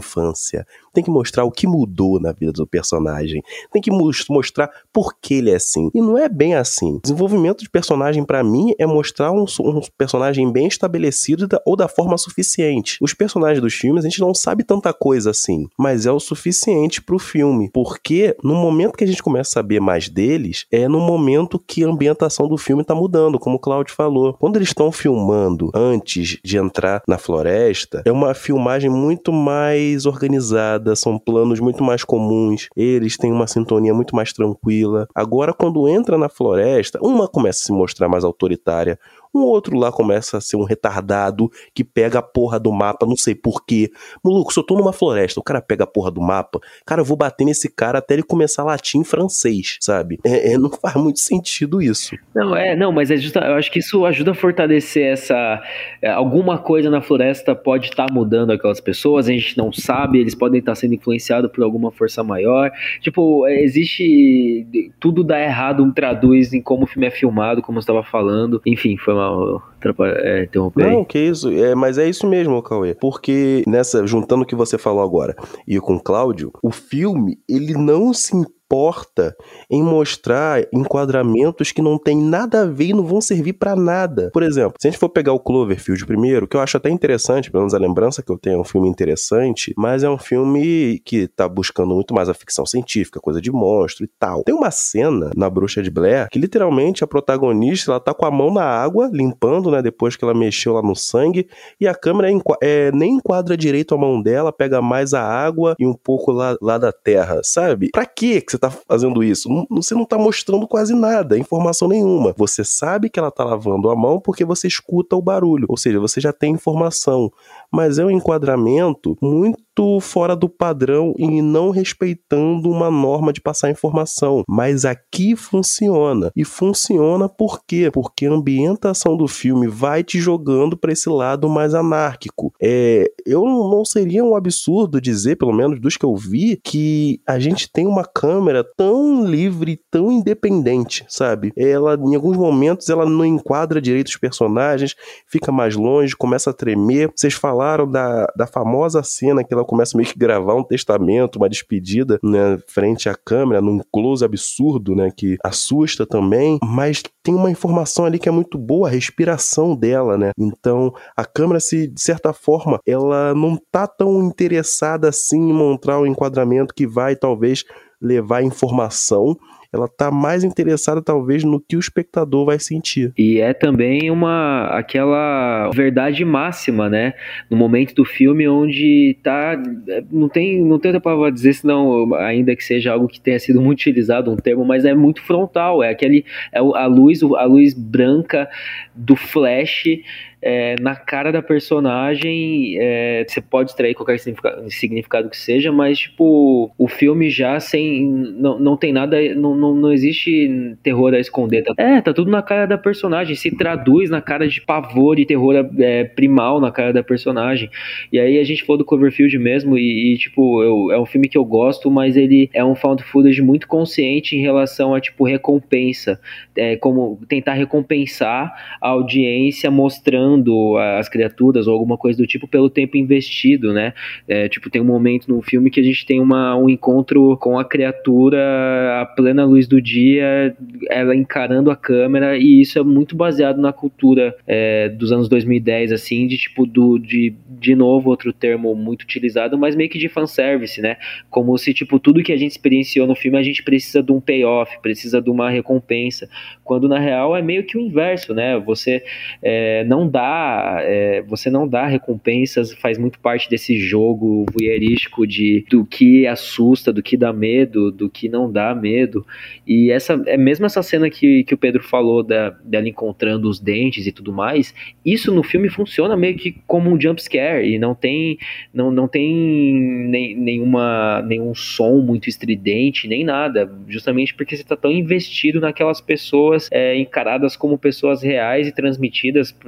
D: infância. Tem que mostrar o que mudou na vida do personagem. Tem que mostrar por que ele é assim. E não é bem assim. Desenvolvimento de personagem, pra mim, é mostrar um, um personagem bem estabelecido da, ou da forma suficiente. Os personagens dos filmes, a gente não sabe tanta coisa assim, mas é o suficiente pro filme. Porque no momento que a gente começa a saber mais deles, é no momento que a ambientação do filme tá mudando, como o Cláudio falou. Quando eles estão filmando antes de entrar na floresta, é uma filmagem muito mais organizada, são planos muito mais comuns, eles têm uma sintonia muito mais tranquila. Agora, quando entra na floresta, uma começa a se mostrar mais autoritária, um outro lá começa a ser um retardado que pega a porra do mapa, não sei porquê. Maluco, se eu tô numa floresta, o cara pega a porra do mapa, cara, eu vou bater nesse cara até ele começar a latir em francês, sabe? É, é, não faz muito sentido isso.
F: Não, é, não, mas é justa, eu acho que isso ajuda a fortalecer essa... É, alguma coisa na floresta pode estar tá mudando aquelas pessoas, a gente não sabe, eles podem estar tá sendo influenciados por alguma força maior. Tipo, existe... Tudo dá errado, um traduz em como o filme é filmado, como eu estava falando. Enfim, foi uma É, interromper.
D: Não, que isso, é, mas é isso mesmo, Cauê, porque nessa, juntando o que você falou agora e com o Cláudio, o filme, ele não se importa em mostrar enquadramentos que não tem nada a ver e não vão servir pra nada. Por exemplo, se a gente for pegar o Cloverfield primeiro, que eu acho até interessante, pelo menos a lembrança que eu tenho, é um filme interessante, mas é um filme que tá buscando muito mais a ficção científica, coisa de monstro e tal. Tem uma cena na Bruxa de Blair que literalmente a protagonista, ela tá com a mão na água, limpando, né, depois que ela mexeu lá no sangue, e a câmera enqu- é, nem enquadra direito a mão dela, pega mais a água e um pouco lá, lá da terra, sabe? Pra quê que você tá fazendo isso? Não, você não tá mostrando quase nada, informação nenhuma. Você sabe que ela tá lavando a mão porque você escuta o barulho, ou seja, você já tem informação, mas é um enquadramento muito fora do padrão e não respeitando uma norma de passar informação. Mas aqui funciona. E funciona por quê? Porque a ambientação do filme vai te jogando para esse lado mais anárquico. É, eu não seria um absurdo dizer, pelo menos dos que eu vi, que a gente tem uma câmera tão livre, tão independente, sabe? Ela, em alguns momentos, ela não enquadra direito os personagens, fica mais longe, começa a tremer. Vocês falaram da, da famosa cena que ela começa meio que gravar um testamento, uma despedida, né, frente à câmera, num close absurdo, né, que assusta também, mas tem uma informação ali que é muito boa, a respiração dela, né? Então, a câmera, se de certa forma, ela não tá tão interessada assim em mostrar o enquadramento que vai, talvez, levar informação. Ela tá mais interessada, talvez, no que o espectador vai sentir.
F: E é também uma, aquela verdade máxima, né? No momento do filme onde tá... Não tem, não tem pra dizer, senão, ainda que seja algo que tenha sido muito utilizado, um termo, mas é muito frontal. É aquele... É a luz, a luz branca do flash... É, na cara da personagem, é, você pode extrair qualquer significado, significado que seja, mas tipo, o filme já sem, não, não tem nada, não, não, não existe terror a esconder, tá, é, tá tudo na cara da personagem, se traduz na cara de pavor e terror é, primal na cara da personagem. E aí a gente falou do Cloverfield mesmo, e, e tipo, eu, é um filme que eu gosto, mas ele é um found footage muito consciente em relação a tipo, recompensa, é, como tentar recompensar a audiência mostrando as criaturas ou alguma coisa do tipo pelo tempo investido, né? É, tipo, tem um momento no filme que a gente tem uma, um encontro com a criatura à plena luz do dia, ela encarando a câmera, e isso é muito baseado na cultura é, dos anos dois mil e dez, assim, de tipo, do, de, de novo, outro termo muito utilizado, mas meio que de fanservice, né? Como se, tipo, tudo que a gente experienciou no filme, a gente precisa de um payoff, precisa de uma recompensa, quando na real é meio que o inverso, né? Você é, não dá É, você não dá recompensas, faz muito parte desse jogo voyeurístico de, do que assusta, do que dá medo, do que não dá medo. E essa, é mesmo essa cena que, que o Pedro falou da, dela encontrando os dentes e tudo mais, isso no filme funciona meio que como um jump scare, e não tem, não, não tem nem, nenhuma, nenhum som muito estridente, nem nada, justamente porque você está tão investido naquelas pessoas é, encaradas como pessoas reais e transmitidas é,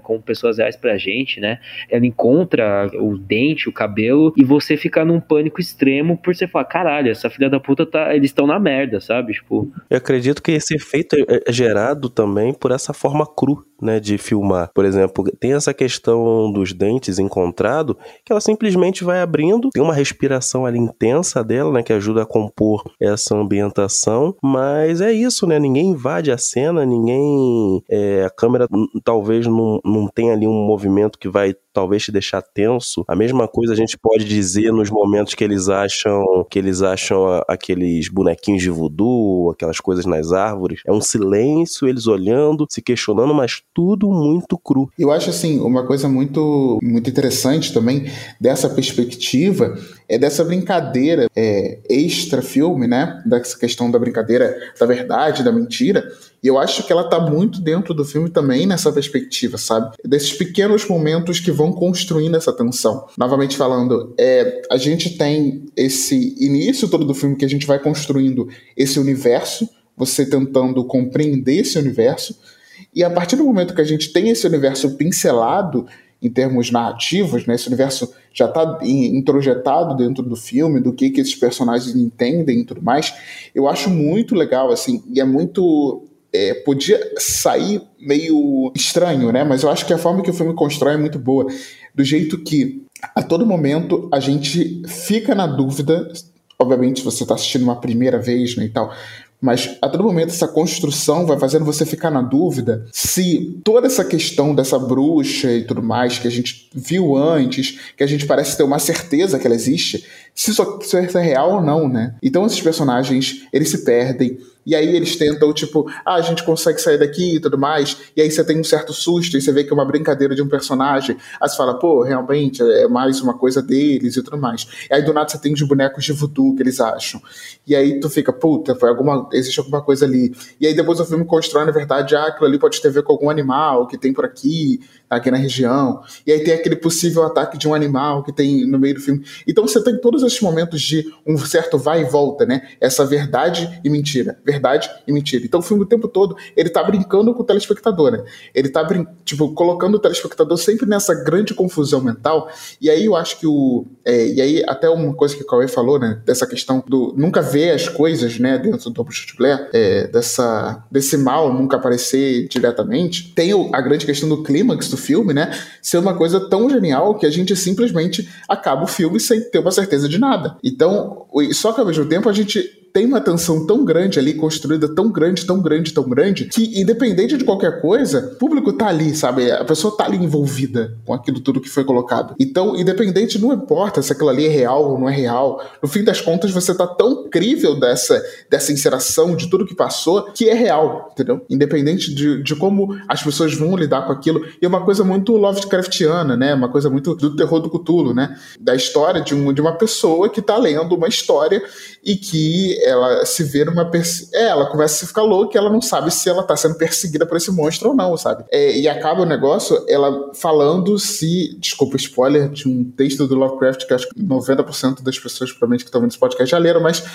F: como pessoas reais pra gente, né? Ela encontra o dente, o cabelo, e você fica num pânico extremo por você falar, caralho, essa filha da puta tá, eles estão na merda, sabe? Tipo...
D: Eu acredito que esse efeito é gerado também por essa forma cru, né, de filmar. Por exemplo, tem essa questão dos dentes encontrado, que ela simplesmente vai abrindo, tem uma respiração ali intensa dela, né, que ajuda a compor essa ambientação, mas é isso, né, ninguém invade a cena, ninguém, é, a câmera talvez não, não tenha ali um movimento que vai talvez te deixar tenso. A mesma coisa a gente pode dizer nos momentos que eles acham que eles acham aqueles bonequinhos de voodoo, aquelas coisas nas árvores. É um silêncio, eles olhando, se questionando, mas tudo muito cru.
E: Eu acho assim, uma coisa muito, muito interessante também dessa perspectiva é dessa brincadeira é, extra-filme, né? Dessa questão da brincadeira da verdade, da mentira. E eu acho que ela tá muito dentro do filme também nessa perspectiva, sabe? Desses pequenos momentos que vão construindo essa tensão. Novamente falando, é, a gente tem esse início todo do filme que a gente vai construindo esse universo, você tentando compreender esse universo, e a partir do momento que a gente tem esse universo pincelado em termos narrativos, né, esse universo já está introjetado dentro do filme, do que, que esses personagens entendem e tudo mais, eu acho muito legal, assim, e é muito... É, podia sair meio estranho, né? Mas eu acho que a forma que o filme constrói é muito boa. Do jeito que, a todo momento, a gente fica na dúvida. Obviamente, você está assistindo uma primeira vez, né, e tal. Mas, a todo momento, essa construção vai fazendo você ficar na dúvida se toda essa questão dessa bruxa e tudo mais, que a gente viu antes, que a gente parece ter uma certeza que ela existe, se isso, se isso é real ou não, né? Então, esses personagens, eles se perdem. E aí eles tentam, tipo, ah, a gente consegue sair daqui e tudo mais. E aí você tem um certo susto e você vê que é uma brincadeira de um personagem. Aí você fala, pô, realmente é mais uma coisa deles e tudo mais. E aí do nada você tem os bonecos de voodoo que eles acham. E aí tu fica, puta, foi alguma, existe alguma coisa ali. E aí depois o filme constrói, na verdade, ah, aquilo ali pode ter a ver com algum animal que tem por aqui, aqui na região. E aí tem aquele possível ataque de um animal que tem no meio do filme. Então você tem todos esses momentos de um certo vai e volta, né? Essa verdade e mentira. Verdade e mentira. Então o filme o tempo todo, ele tá brincando com o telespectador, né? Ele tá, brin- tipo, colocando o telespectador sempre nessa grande confusão mental. E aí eu acho que o... É, e aí até uma coisa que o Cauê falou, né? Dessa questão do nunca ver as coisas, né? Dentro do Bruxa de Blair, é, dessa, desse mal nunca aparecer diretamente. Tem o, a grande questão do clímax do filme, né? Ser uma coisa tão genial que a gente simplesmente acaba o filme sem ter uma certeza de nada. Então, só que ao mesmo tempo a gente tem uma tensão tão grande ali, construída tão grande, tão grande, tão grande, que independente de qualquer coisa, o público tá ali, sabe? A pessoa tá ali envolvida com aquilo tudo que foi colocado. Então, independente, não importa se aquilo ali é real ou não é real, no fim das contas você tá tão crível dessa, dessa inseração de tudo que passou, que é real, entendeu? Independente de, de como as pessoas vão lidar com aquilo. E é uma coisa muito Lovecraftiana, né? Uma coisa muito do terror do Cthulhu, né? Da história de, um, de uma pessoa que tá lendo uma história e que ela se vê numa... Perse... É, ela começa a ficar louca e ela não sabe se ela tá sendo perseguida por esse monstro ou não, sabe? É, e acaba o negócio, ela falando se... Desculpa, spoiler de um texto do Lovecraft que acho que noventa por cento das pessoas, provavelmente, que estão vendo esse podcast já leram, mas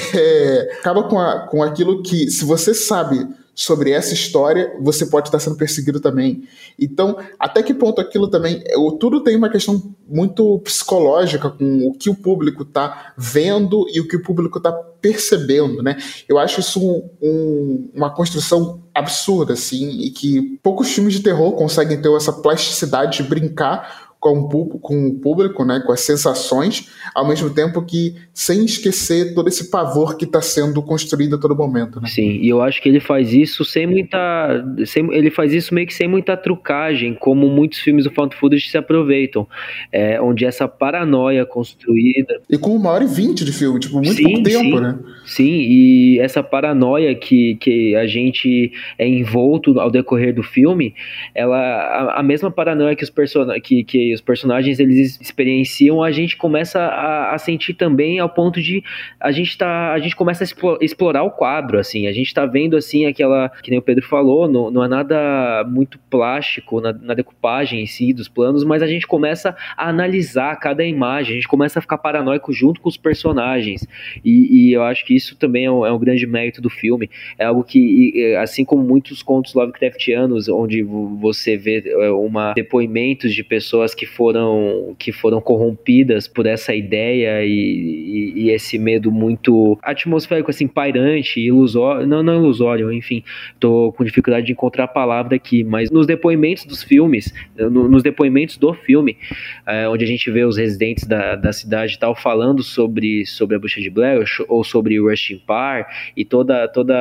E: é, acaba com, a, com aquilo que, se você sabe sobre essa história, você pode estar sendo perseguido também. Então, até que ponto aquilo também... Tudo tem uma questão muito psicológica com o que o público está vendo e o que o público está percebendo, né? Eu acho isso um, um, uma construção absurda, assim, e que poucos filmes de terror conseguem ter essa plasticidade de brincar com o, com o público, né, com as sensações, ao mesmo tempo que sem esquecer todo esse pavor que está sendo construído a todo momento, né?
F: Sim, e eu acho que ele faz isso sem muita... Sem, ele faz isso meio que sem muita trucagem, como muitos filmes do found footage se aproveitam, é, onde essa paranoia construída...
E: E com uma hora e vinte de filme, tipo, muito
F: sim,
E: pouco tempo,
F: sim,
E: né?
F: Sim, e essa paranoia que, que a gente é envolto ao decorrer do filme, ela, a, a mesma paranoia que os personagens... Que, que que os personagens eles experienciam, a gente começa a, a sentir também ao ponto de a gente tá, a gente começa a explorar o quadro, assim, a gente tá vendo assim aquela, que nem o Pedro falou, não, não é nada muito plástico na, na decupagem em si dos planos, mas a gente começa a analisar cada imagem, a gente começa a ficar paranoico junto com os personagens, e, e eu acho que isso também é um, é um grande mérito do filme, é algo que, assim como muitos contos Lovecraftianos, onde você vê uma depoimentos de pessoas que foram, que foram corrompidas por essa ideia e, e, e esse medo muito atmosférico, assim, pairante, ilusório, não, não ilusório, enfim, tô com dificuldade de encontrar a palavra aqui, mas nos depoimentos dos filmes, no, nos depoimentos do filme, é, onde a gente vê os residentes da, da cidade e tal, falando sobre, sobre a Bruxa de Blair, ou sobre o Rustin Parr, e toda, toda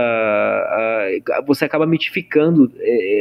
F: a, você acaba mitificando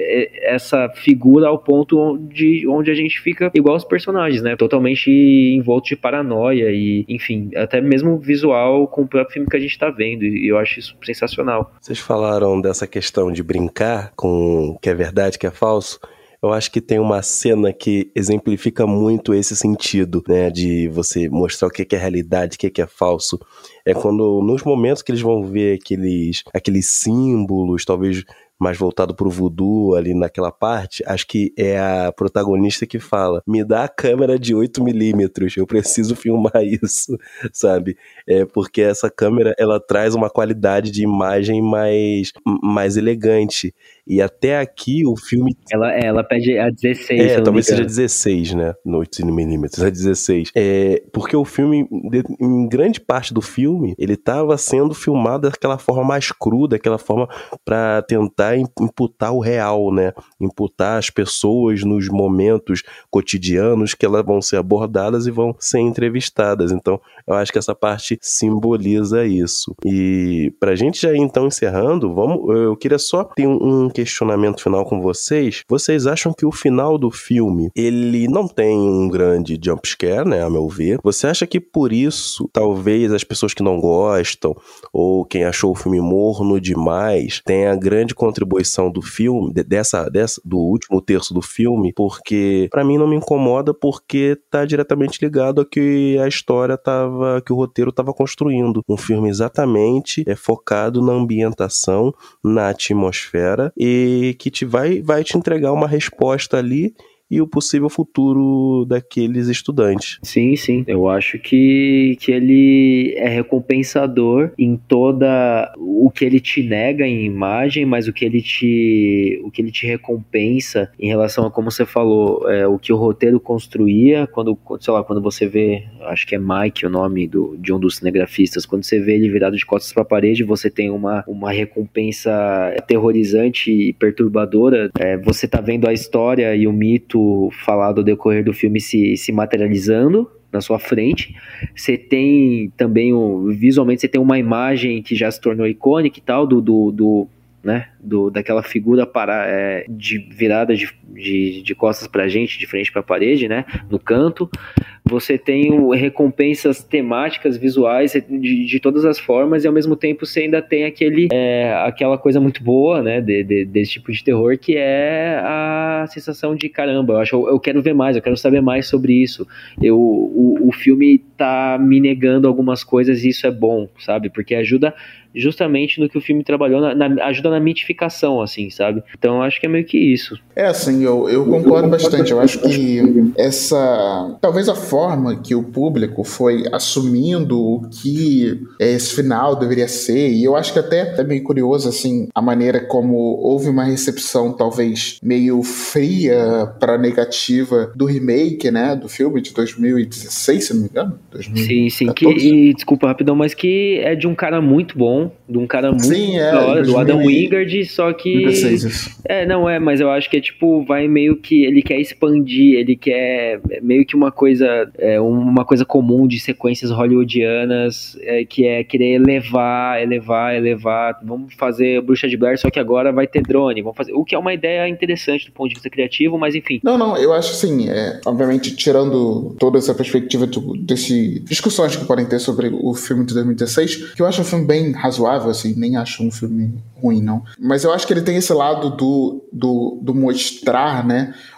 F: essa figura ao ponto de onde a gente fica igual os personagens, né, totalmente envolto de paranoia e, enfim, até mesmo visual com o próprio filme que a gente tá vendo, e eu acho isso sensacional.
D: Vocês falaram dessa questão de brincar com o que é verdade, o que é falso. Eu acho que tem uma cena que exemplifica muito esse sentido, né, de você mostrar o que é realidade, o que é falso. É quando, nos momentos que eles vão ver aqueles, aqueles símbolos, talvez mais voltado pro voodoo ali naquela parte, acho que é a protagonista que fala, me dá a câmera de oito milímetros, eu preciso filmar isso, sabe? É porque essa câmera, ela traz uma qualidade de imagem mais, mais elegante. E até aqui o filme...
F: Ela, ela pede a dezesseis,
D: É, talvez seja dezesseis, né? No oito milímetros, é dezesseis. É, porque o filme, em grande parte do filme, ele estava sendo filmado daquela forma mais cruda, aquela forma para tentar imputar o real, né? Imputar as pessoas nos momentos cotidianos que elas vão ser abordadas e vão ser entrevistadas. Então, eu acho que essa parte simboliza isso. E pra gente já ir então encerrando, vamos, eu queria só ter um, um questionamento final com vocês. Vocês acham que o final do filme, ele não tem um grande jumpscare, né, a meu ver? Você acha que por isso, talvez as pessoas que não gostam, ou quem achou o filme morno demais, tenha grande contribuição do filme, dessa, dessa, do último terço do filme, porque pra mim não me incomoda, porque tá diretamente ligado a que a história tava, que o roteiro tava construindo. Um filme exatamente é focado na ambientação, na atmosfera, e que te vai, vai te entregar uma resposta ali e o possível futuro daqueles estudantes.
F: Sim, sim. Eu acho que, que ele é recompensador em toda o que ele te nega em imagem, mas o que ele te, o que ele te recompensa em relação a, como você falou, é, o que o roteiro construía, quando, sei lá, quando você vê, acho que é Mike o nome do, de um dos cinegrafistas, quando você vê ele virado de costas para a parede, você tem uma, uma recompensa aterrorizante e perturbadora. É, você tá vendo a história e o mito falado ao decorrer do filme se, se materializando na sua frente. Você tem também, um, visualmente, você tem uma imagem que já se tornou icônica e tal, do, do, do, né, do, daquela figura para, é, de virada de, de, de costas pra gente, de frente pra parede, né, no canto. Você tem um, recompensas temáticas, visuais, de, de todas as formas, e ao mesmo tempo você ainda tem aquele, é, aquela coisa muito boa, né, de, de, desse tipo de terror, que é a sensação de, caramba, eu, acho, eu, eu quero ver mais, eu quero saber mais sobre isso. Eu, o, o filme tá me negando algumas coisas e isso é bom, sabe, porque ajuda justamente no que o filme trabalhou, na, na, ajuda na mitificação, assim, sabe? Então eu acho que é meio que isso.
E: É, assim, eu, eu concordo bastante. Eu acho que essa... talvez a forma que o público foi assumindo o que esse final deveria ser, e eu acho que até é meio curioso, assim, a maneira como houve uma recepção talvez meio fria para negativa do remake, né, do filme de dois mil e dezesseis, se não me engano. dois mil e
F: Sim, sim. Que, e, desculpa, rapidão, mas que é de um cara muito bom, de um cara muito
E: Sim, é,
F: da hora, do Adam
E: dois mil e
F: Wingard, só que...
E: dois mil e dezesseis, isso.
F: É, não é, mas eu acho que é tipo, vai meio que, ele quer expandir, ele quer meio que uma coisa, é, uma coisa comum de sequências hollywoodianas, é, que é querer elevar, elevar, elevar, vamos fazer Bruxa de Blair, só que agora vai ter drone, vamos fazer, o que é uma ideia interessante do ponto de vista criativo, mas enfim.
E: Não, não, eu acho assim, é, obviamente, tirando toda essa perspectiva do, desse discussões que podem ter sobre o filme de dois mil e dezesseis, que eu acho um filme bem razoável, assim, nem acho um filme ruim, não. Mas eu acho que ele tem esse lado do, do, do mostrar, né,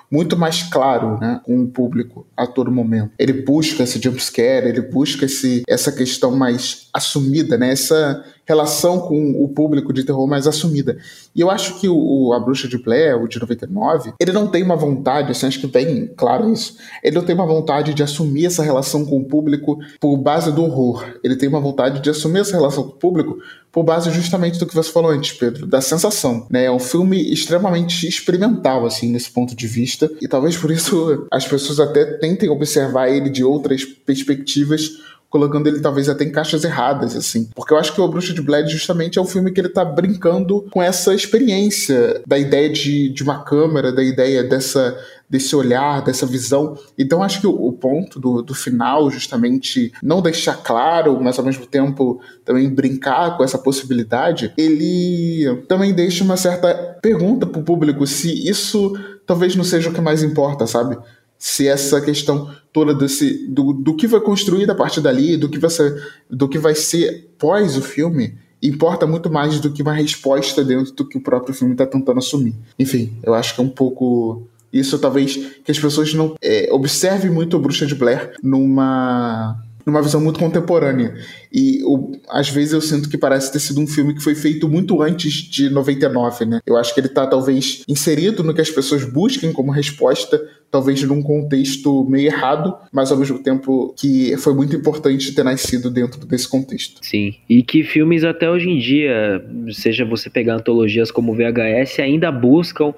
E: muito mais claro, né, com o público a todo momento. Ele busca esse jumpscare, ele busca esse, essa questão mais assumida, né, essa relação com o público de terror mais assumida. E eu acho que o, o A Bruxa de Blair, o de noventa e nove, ele não tem uma vontade, assim, acho que bem claro isso, ele não tem uma vontade de assumir essa relação com o público por base do horror. Ele tem uma vontade de assumir essa relação com o público por base justamente do que você falou antes, Pedro, da sensação, né? É um filme extremamente experimental, assim, nesse ponto de vista, e talvez por isso as pessoas até tentem observar ele de outras perspectivas, colocando ele talvez até em caixas erradas, assim. Porque eu acho que o A Bruxa de Blair justamente é um filme que ele tá brincando com essa experiência da ideia de, de uma câmera, da ideia dessa, desse olhar, dessa visão. Então acho que o, o ponto do, do final, justamente, não deixar claro, mas ao mesmo tempo também brincar com essa possibilidade, ele também deixa uma certa pergunta pro público se isso talvez não seja o que mais importa, sabe? Se essa questão toda desse, do, do que vai construir a partir dali, do que vai ser, do que vai ser pós o filme, importa muito mais do que uma resposta dentro do que o próprio filme está tentando assumir. Enfim, eu acho que é um pouco isso, talvez, que as pessoas não é, observem muito a Bruxa de Blair numa... numa visão muito contemporânea. E o, às vezes eu sinto que parece ter sido um filme que foi feito muito antes de noventa e nove, né? Eu acho que ele tá talvez inserido no que as pessoas busquem como resposta, talvez num contexto meio errado, mas ao mesmo tempo que foi muito importante ter nascido dentro desse contexto.
F: Sim, e que filmes até hoje em dia, seja você pegar antologias como V H S, ainda buscam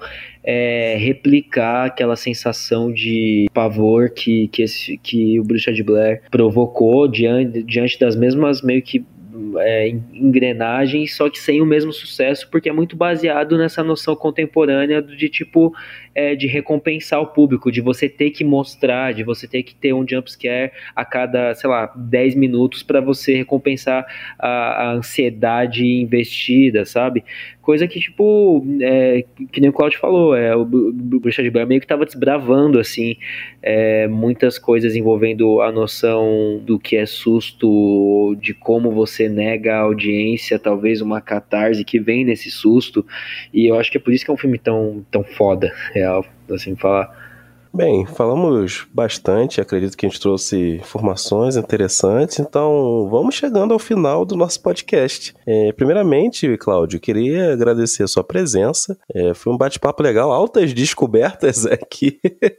F: é, replicar aquela sensação de pavor que, que, esse, que o Bruxa de Blair provocou diante, diante das mesmas meio que É, engrenagens, só que sem o mesmo sucesso, porque é muito baseado nessa noção contemporânea de tipo é, de recompensar o público, de você ter que mostrar, de você ter que ter um jumpscare a cada, sei lá, dez minutos para você recompensar a, a ansiedade investida, sabe? Coisa que, tipo, é, que nem o Claudio falou, é, o Bruxa de Blair meio que tava desbravando, assim, é, muitas coisas envolvendo a noção do que é susto, de como você nega a audiência, talvez uma catarse que vem nesse susto, e eu acho que é por isso que é um filme tão, tão foda, real, assim, falar.
D: Bem, falamos bastante, acredito que a gente trouxe informações interessantes, então vamos chegando ao final do nosso podcast. É, primeiramente, Cláudio, queria agradecer a sua presença, é, foi um bate-papo legal, altas descobertas aqui.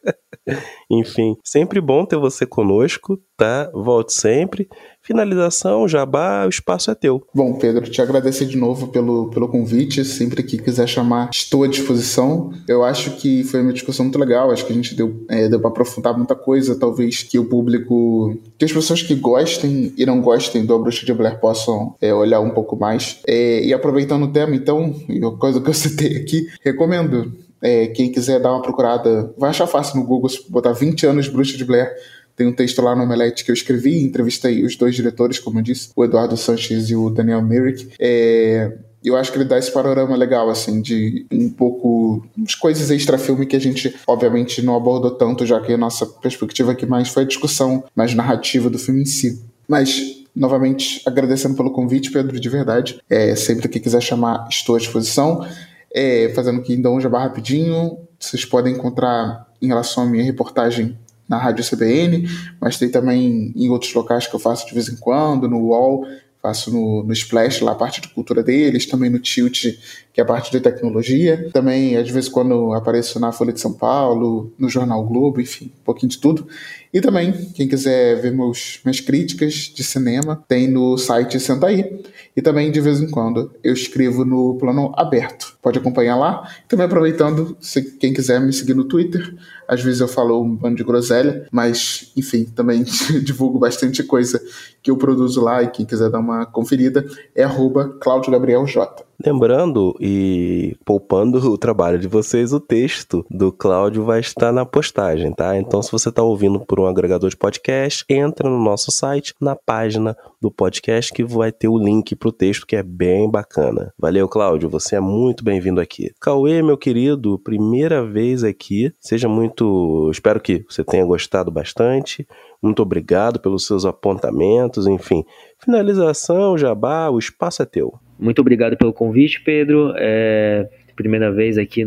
D: Enfim, sempre bom ter você conosco, tá? Volte sempre. Finalização, jabá, o espaço é teu.
E: Bom, Pedro, te agradecer de novo pelo, pelo convite. Sempre que quiser chamar, estou à disposição. Eu acho que foi uma discussão muito legal. Acho que a gente deu, é, deu para aprofundar muita coisa. Talvez que o público, que as pessoas que gostem e não gostem do A Bruxa de Blair possam é, olhar um pouco mais. É, e aproveitando o tema, então, e a coisa que eu citei aqui, recomendo. É, quem quiser dar uma procurada, vai achar fácil no Google, se botar vinte anos Bruxa de Blair. Tem um texto lá no Omelete que eu escrevi, entrevistei os dois diretores, como eu disse, o Eduardo Sanches e o Daniel Myrick. É, eu acho que ele dá esse panorama legal, assim, de um pouco as coisas extra-filme que a gente, obviamente, não abordou tanto, já que a nossa perspectiva aqui mais foi a discussão mais narrativa do filme em si. Mas, novamente, agradecendo pelo convite, Pedro, de verdade. É, sempre que quiser chamar, estou à disposição. É, fazendo aqui então um jabá rapidinho, vocês podem encontrar em relação à minha reportagem na Rádio C B N, mas tem também em outros locais que eu faço de vez em quando, no U O L, faço no, no Splash, lá a parte de cultura deles, também no Tilt, que é a parte de tecnologia. Também, às vezes, quando apareço na Folha de São Paulo, no Jornal Globo, enfim, um pouquinho de tudo. E também, quem quiser ver meus, minhas críticas de cinema, tem no site Senta Aí. E também, de vez em quando, eu escrevo no Plano Aberto. Pode acompanhar lá. Também aproveitando, se quem quiser me seguir no Twitter, às vezes eu falo um bando de groselha, mas, enfim, também divulgo bastante coisa que eu produzo lá, e quem quiser dar uma conferida é arroba Cláudio Gabriel J.
D: Lembrando e poupando o trabalho de vocês, o texto do Cláudio vai estar na postagem, tá? Então, se você está ouvindo por um agregador de podcast, entra no nosso site, na página do podcast, que vai ter o link pro texto, que é bem bacana. Valeu, Cláudio, você é muito bem-vindo aqui. Cauê, meu querido, primeira vez aqui, seja muito... Espero que você tenha gostado bastante. Muito obrigado pelos seus apontamentos, enfim. Finalização, jabá, o espaço é teu.
F: Muito obrigado pelo convite, Pedro. É primeira vez aqui no,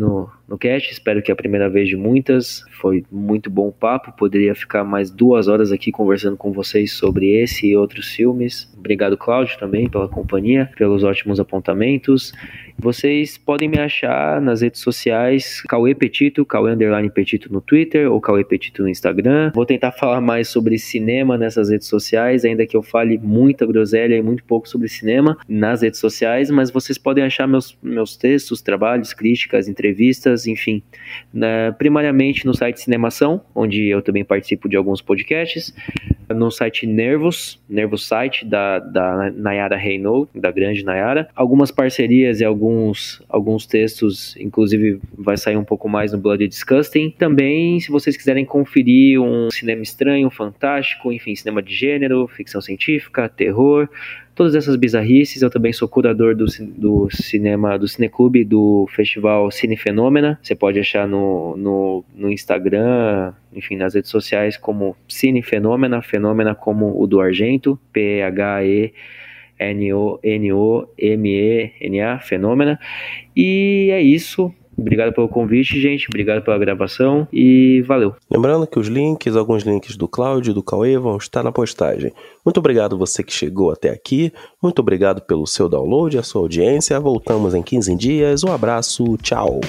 F: no cast. Espero que é a primeira vez de muitas. Foi muito bom o papo. Poderia ficar mais duas horas aqui conversando com vocês sobre esse e outros filmes. Obrigado, Cláudio, também pela companhia, pelos ótimos apontamentos. Vocês podem me achar nas redes sociais, Cauê Petito, Cauê Underline Petito no Twitter ou Cauê Petito no Instagram. Vou tentar falar mais sobre cinema nessas redes sociais, ainda que eu fale muita groselha e muito pouco sobre cinema nas redes sociais, mas vocês podem achar meus, meus textos, trabalhos, críticas, entrevistas, enfim, na, primariamente no site Cinemação, onde eu também participo de alguns podcasts, no site Nervos, Nervos Site, da, da Nayara Reynaud, da grande Nayara, algumas parcerias e alguns, alguns textos, inclusive vai sair um pouco mais no Bloody Disgusting. Também, se vocês quiserem conferir um cinema estranho, fantástico, enfim, cinema de gênero, ficção científica, terror, todas essas bizarrices. Eu também sou curador do, do cinema, do Cineclube, do festival Cine Fenômena. Você pode achar no, no, no Instagram, enfim, nas redes sociais como Cine Fenômena, Fenômena como o do Argento, P H E N O N O M E N A, Fenômena. E é isso. Obrigado pelo convite, gente. Obrigado pela gravação e valeu.
D: Lembrando que os links, alguns links do Cláudio e do Cauê vão estar na postagem. Muito obrigado você que chegou até aqui. Muito obrigado pelo seu download e a sua audiência. Voltamos em quinze dias. Um abraço. Tchau.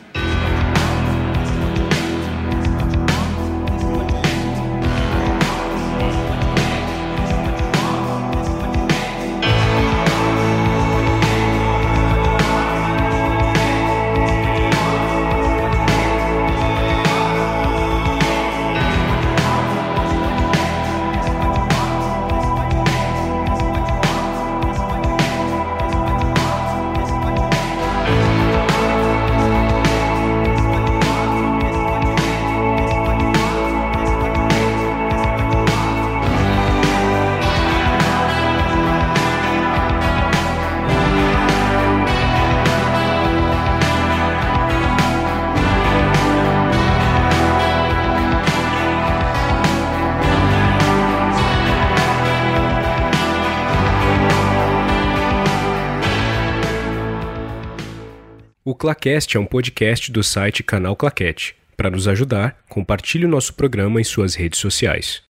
H: O Claqueste é um podcast do site Canal Claquete. Para nos ajudar, compartilhe o nosso programa em suas redes sociais.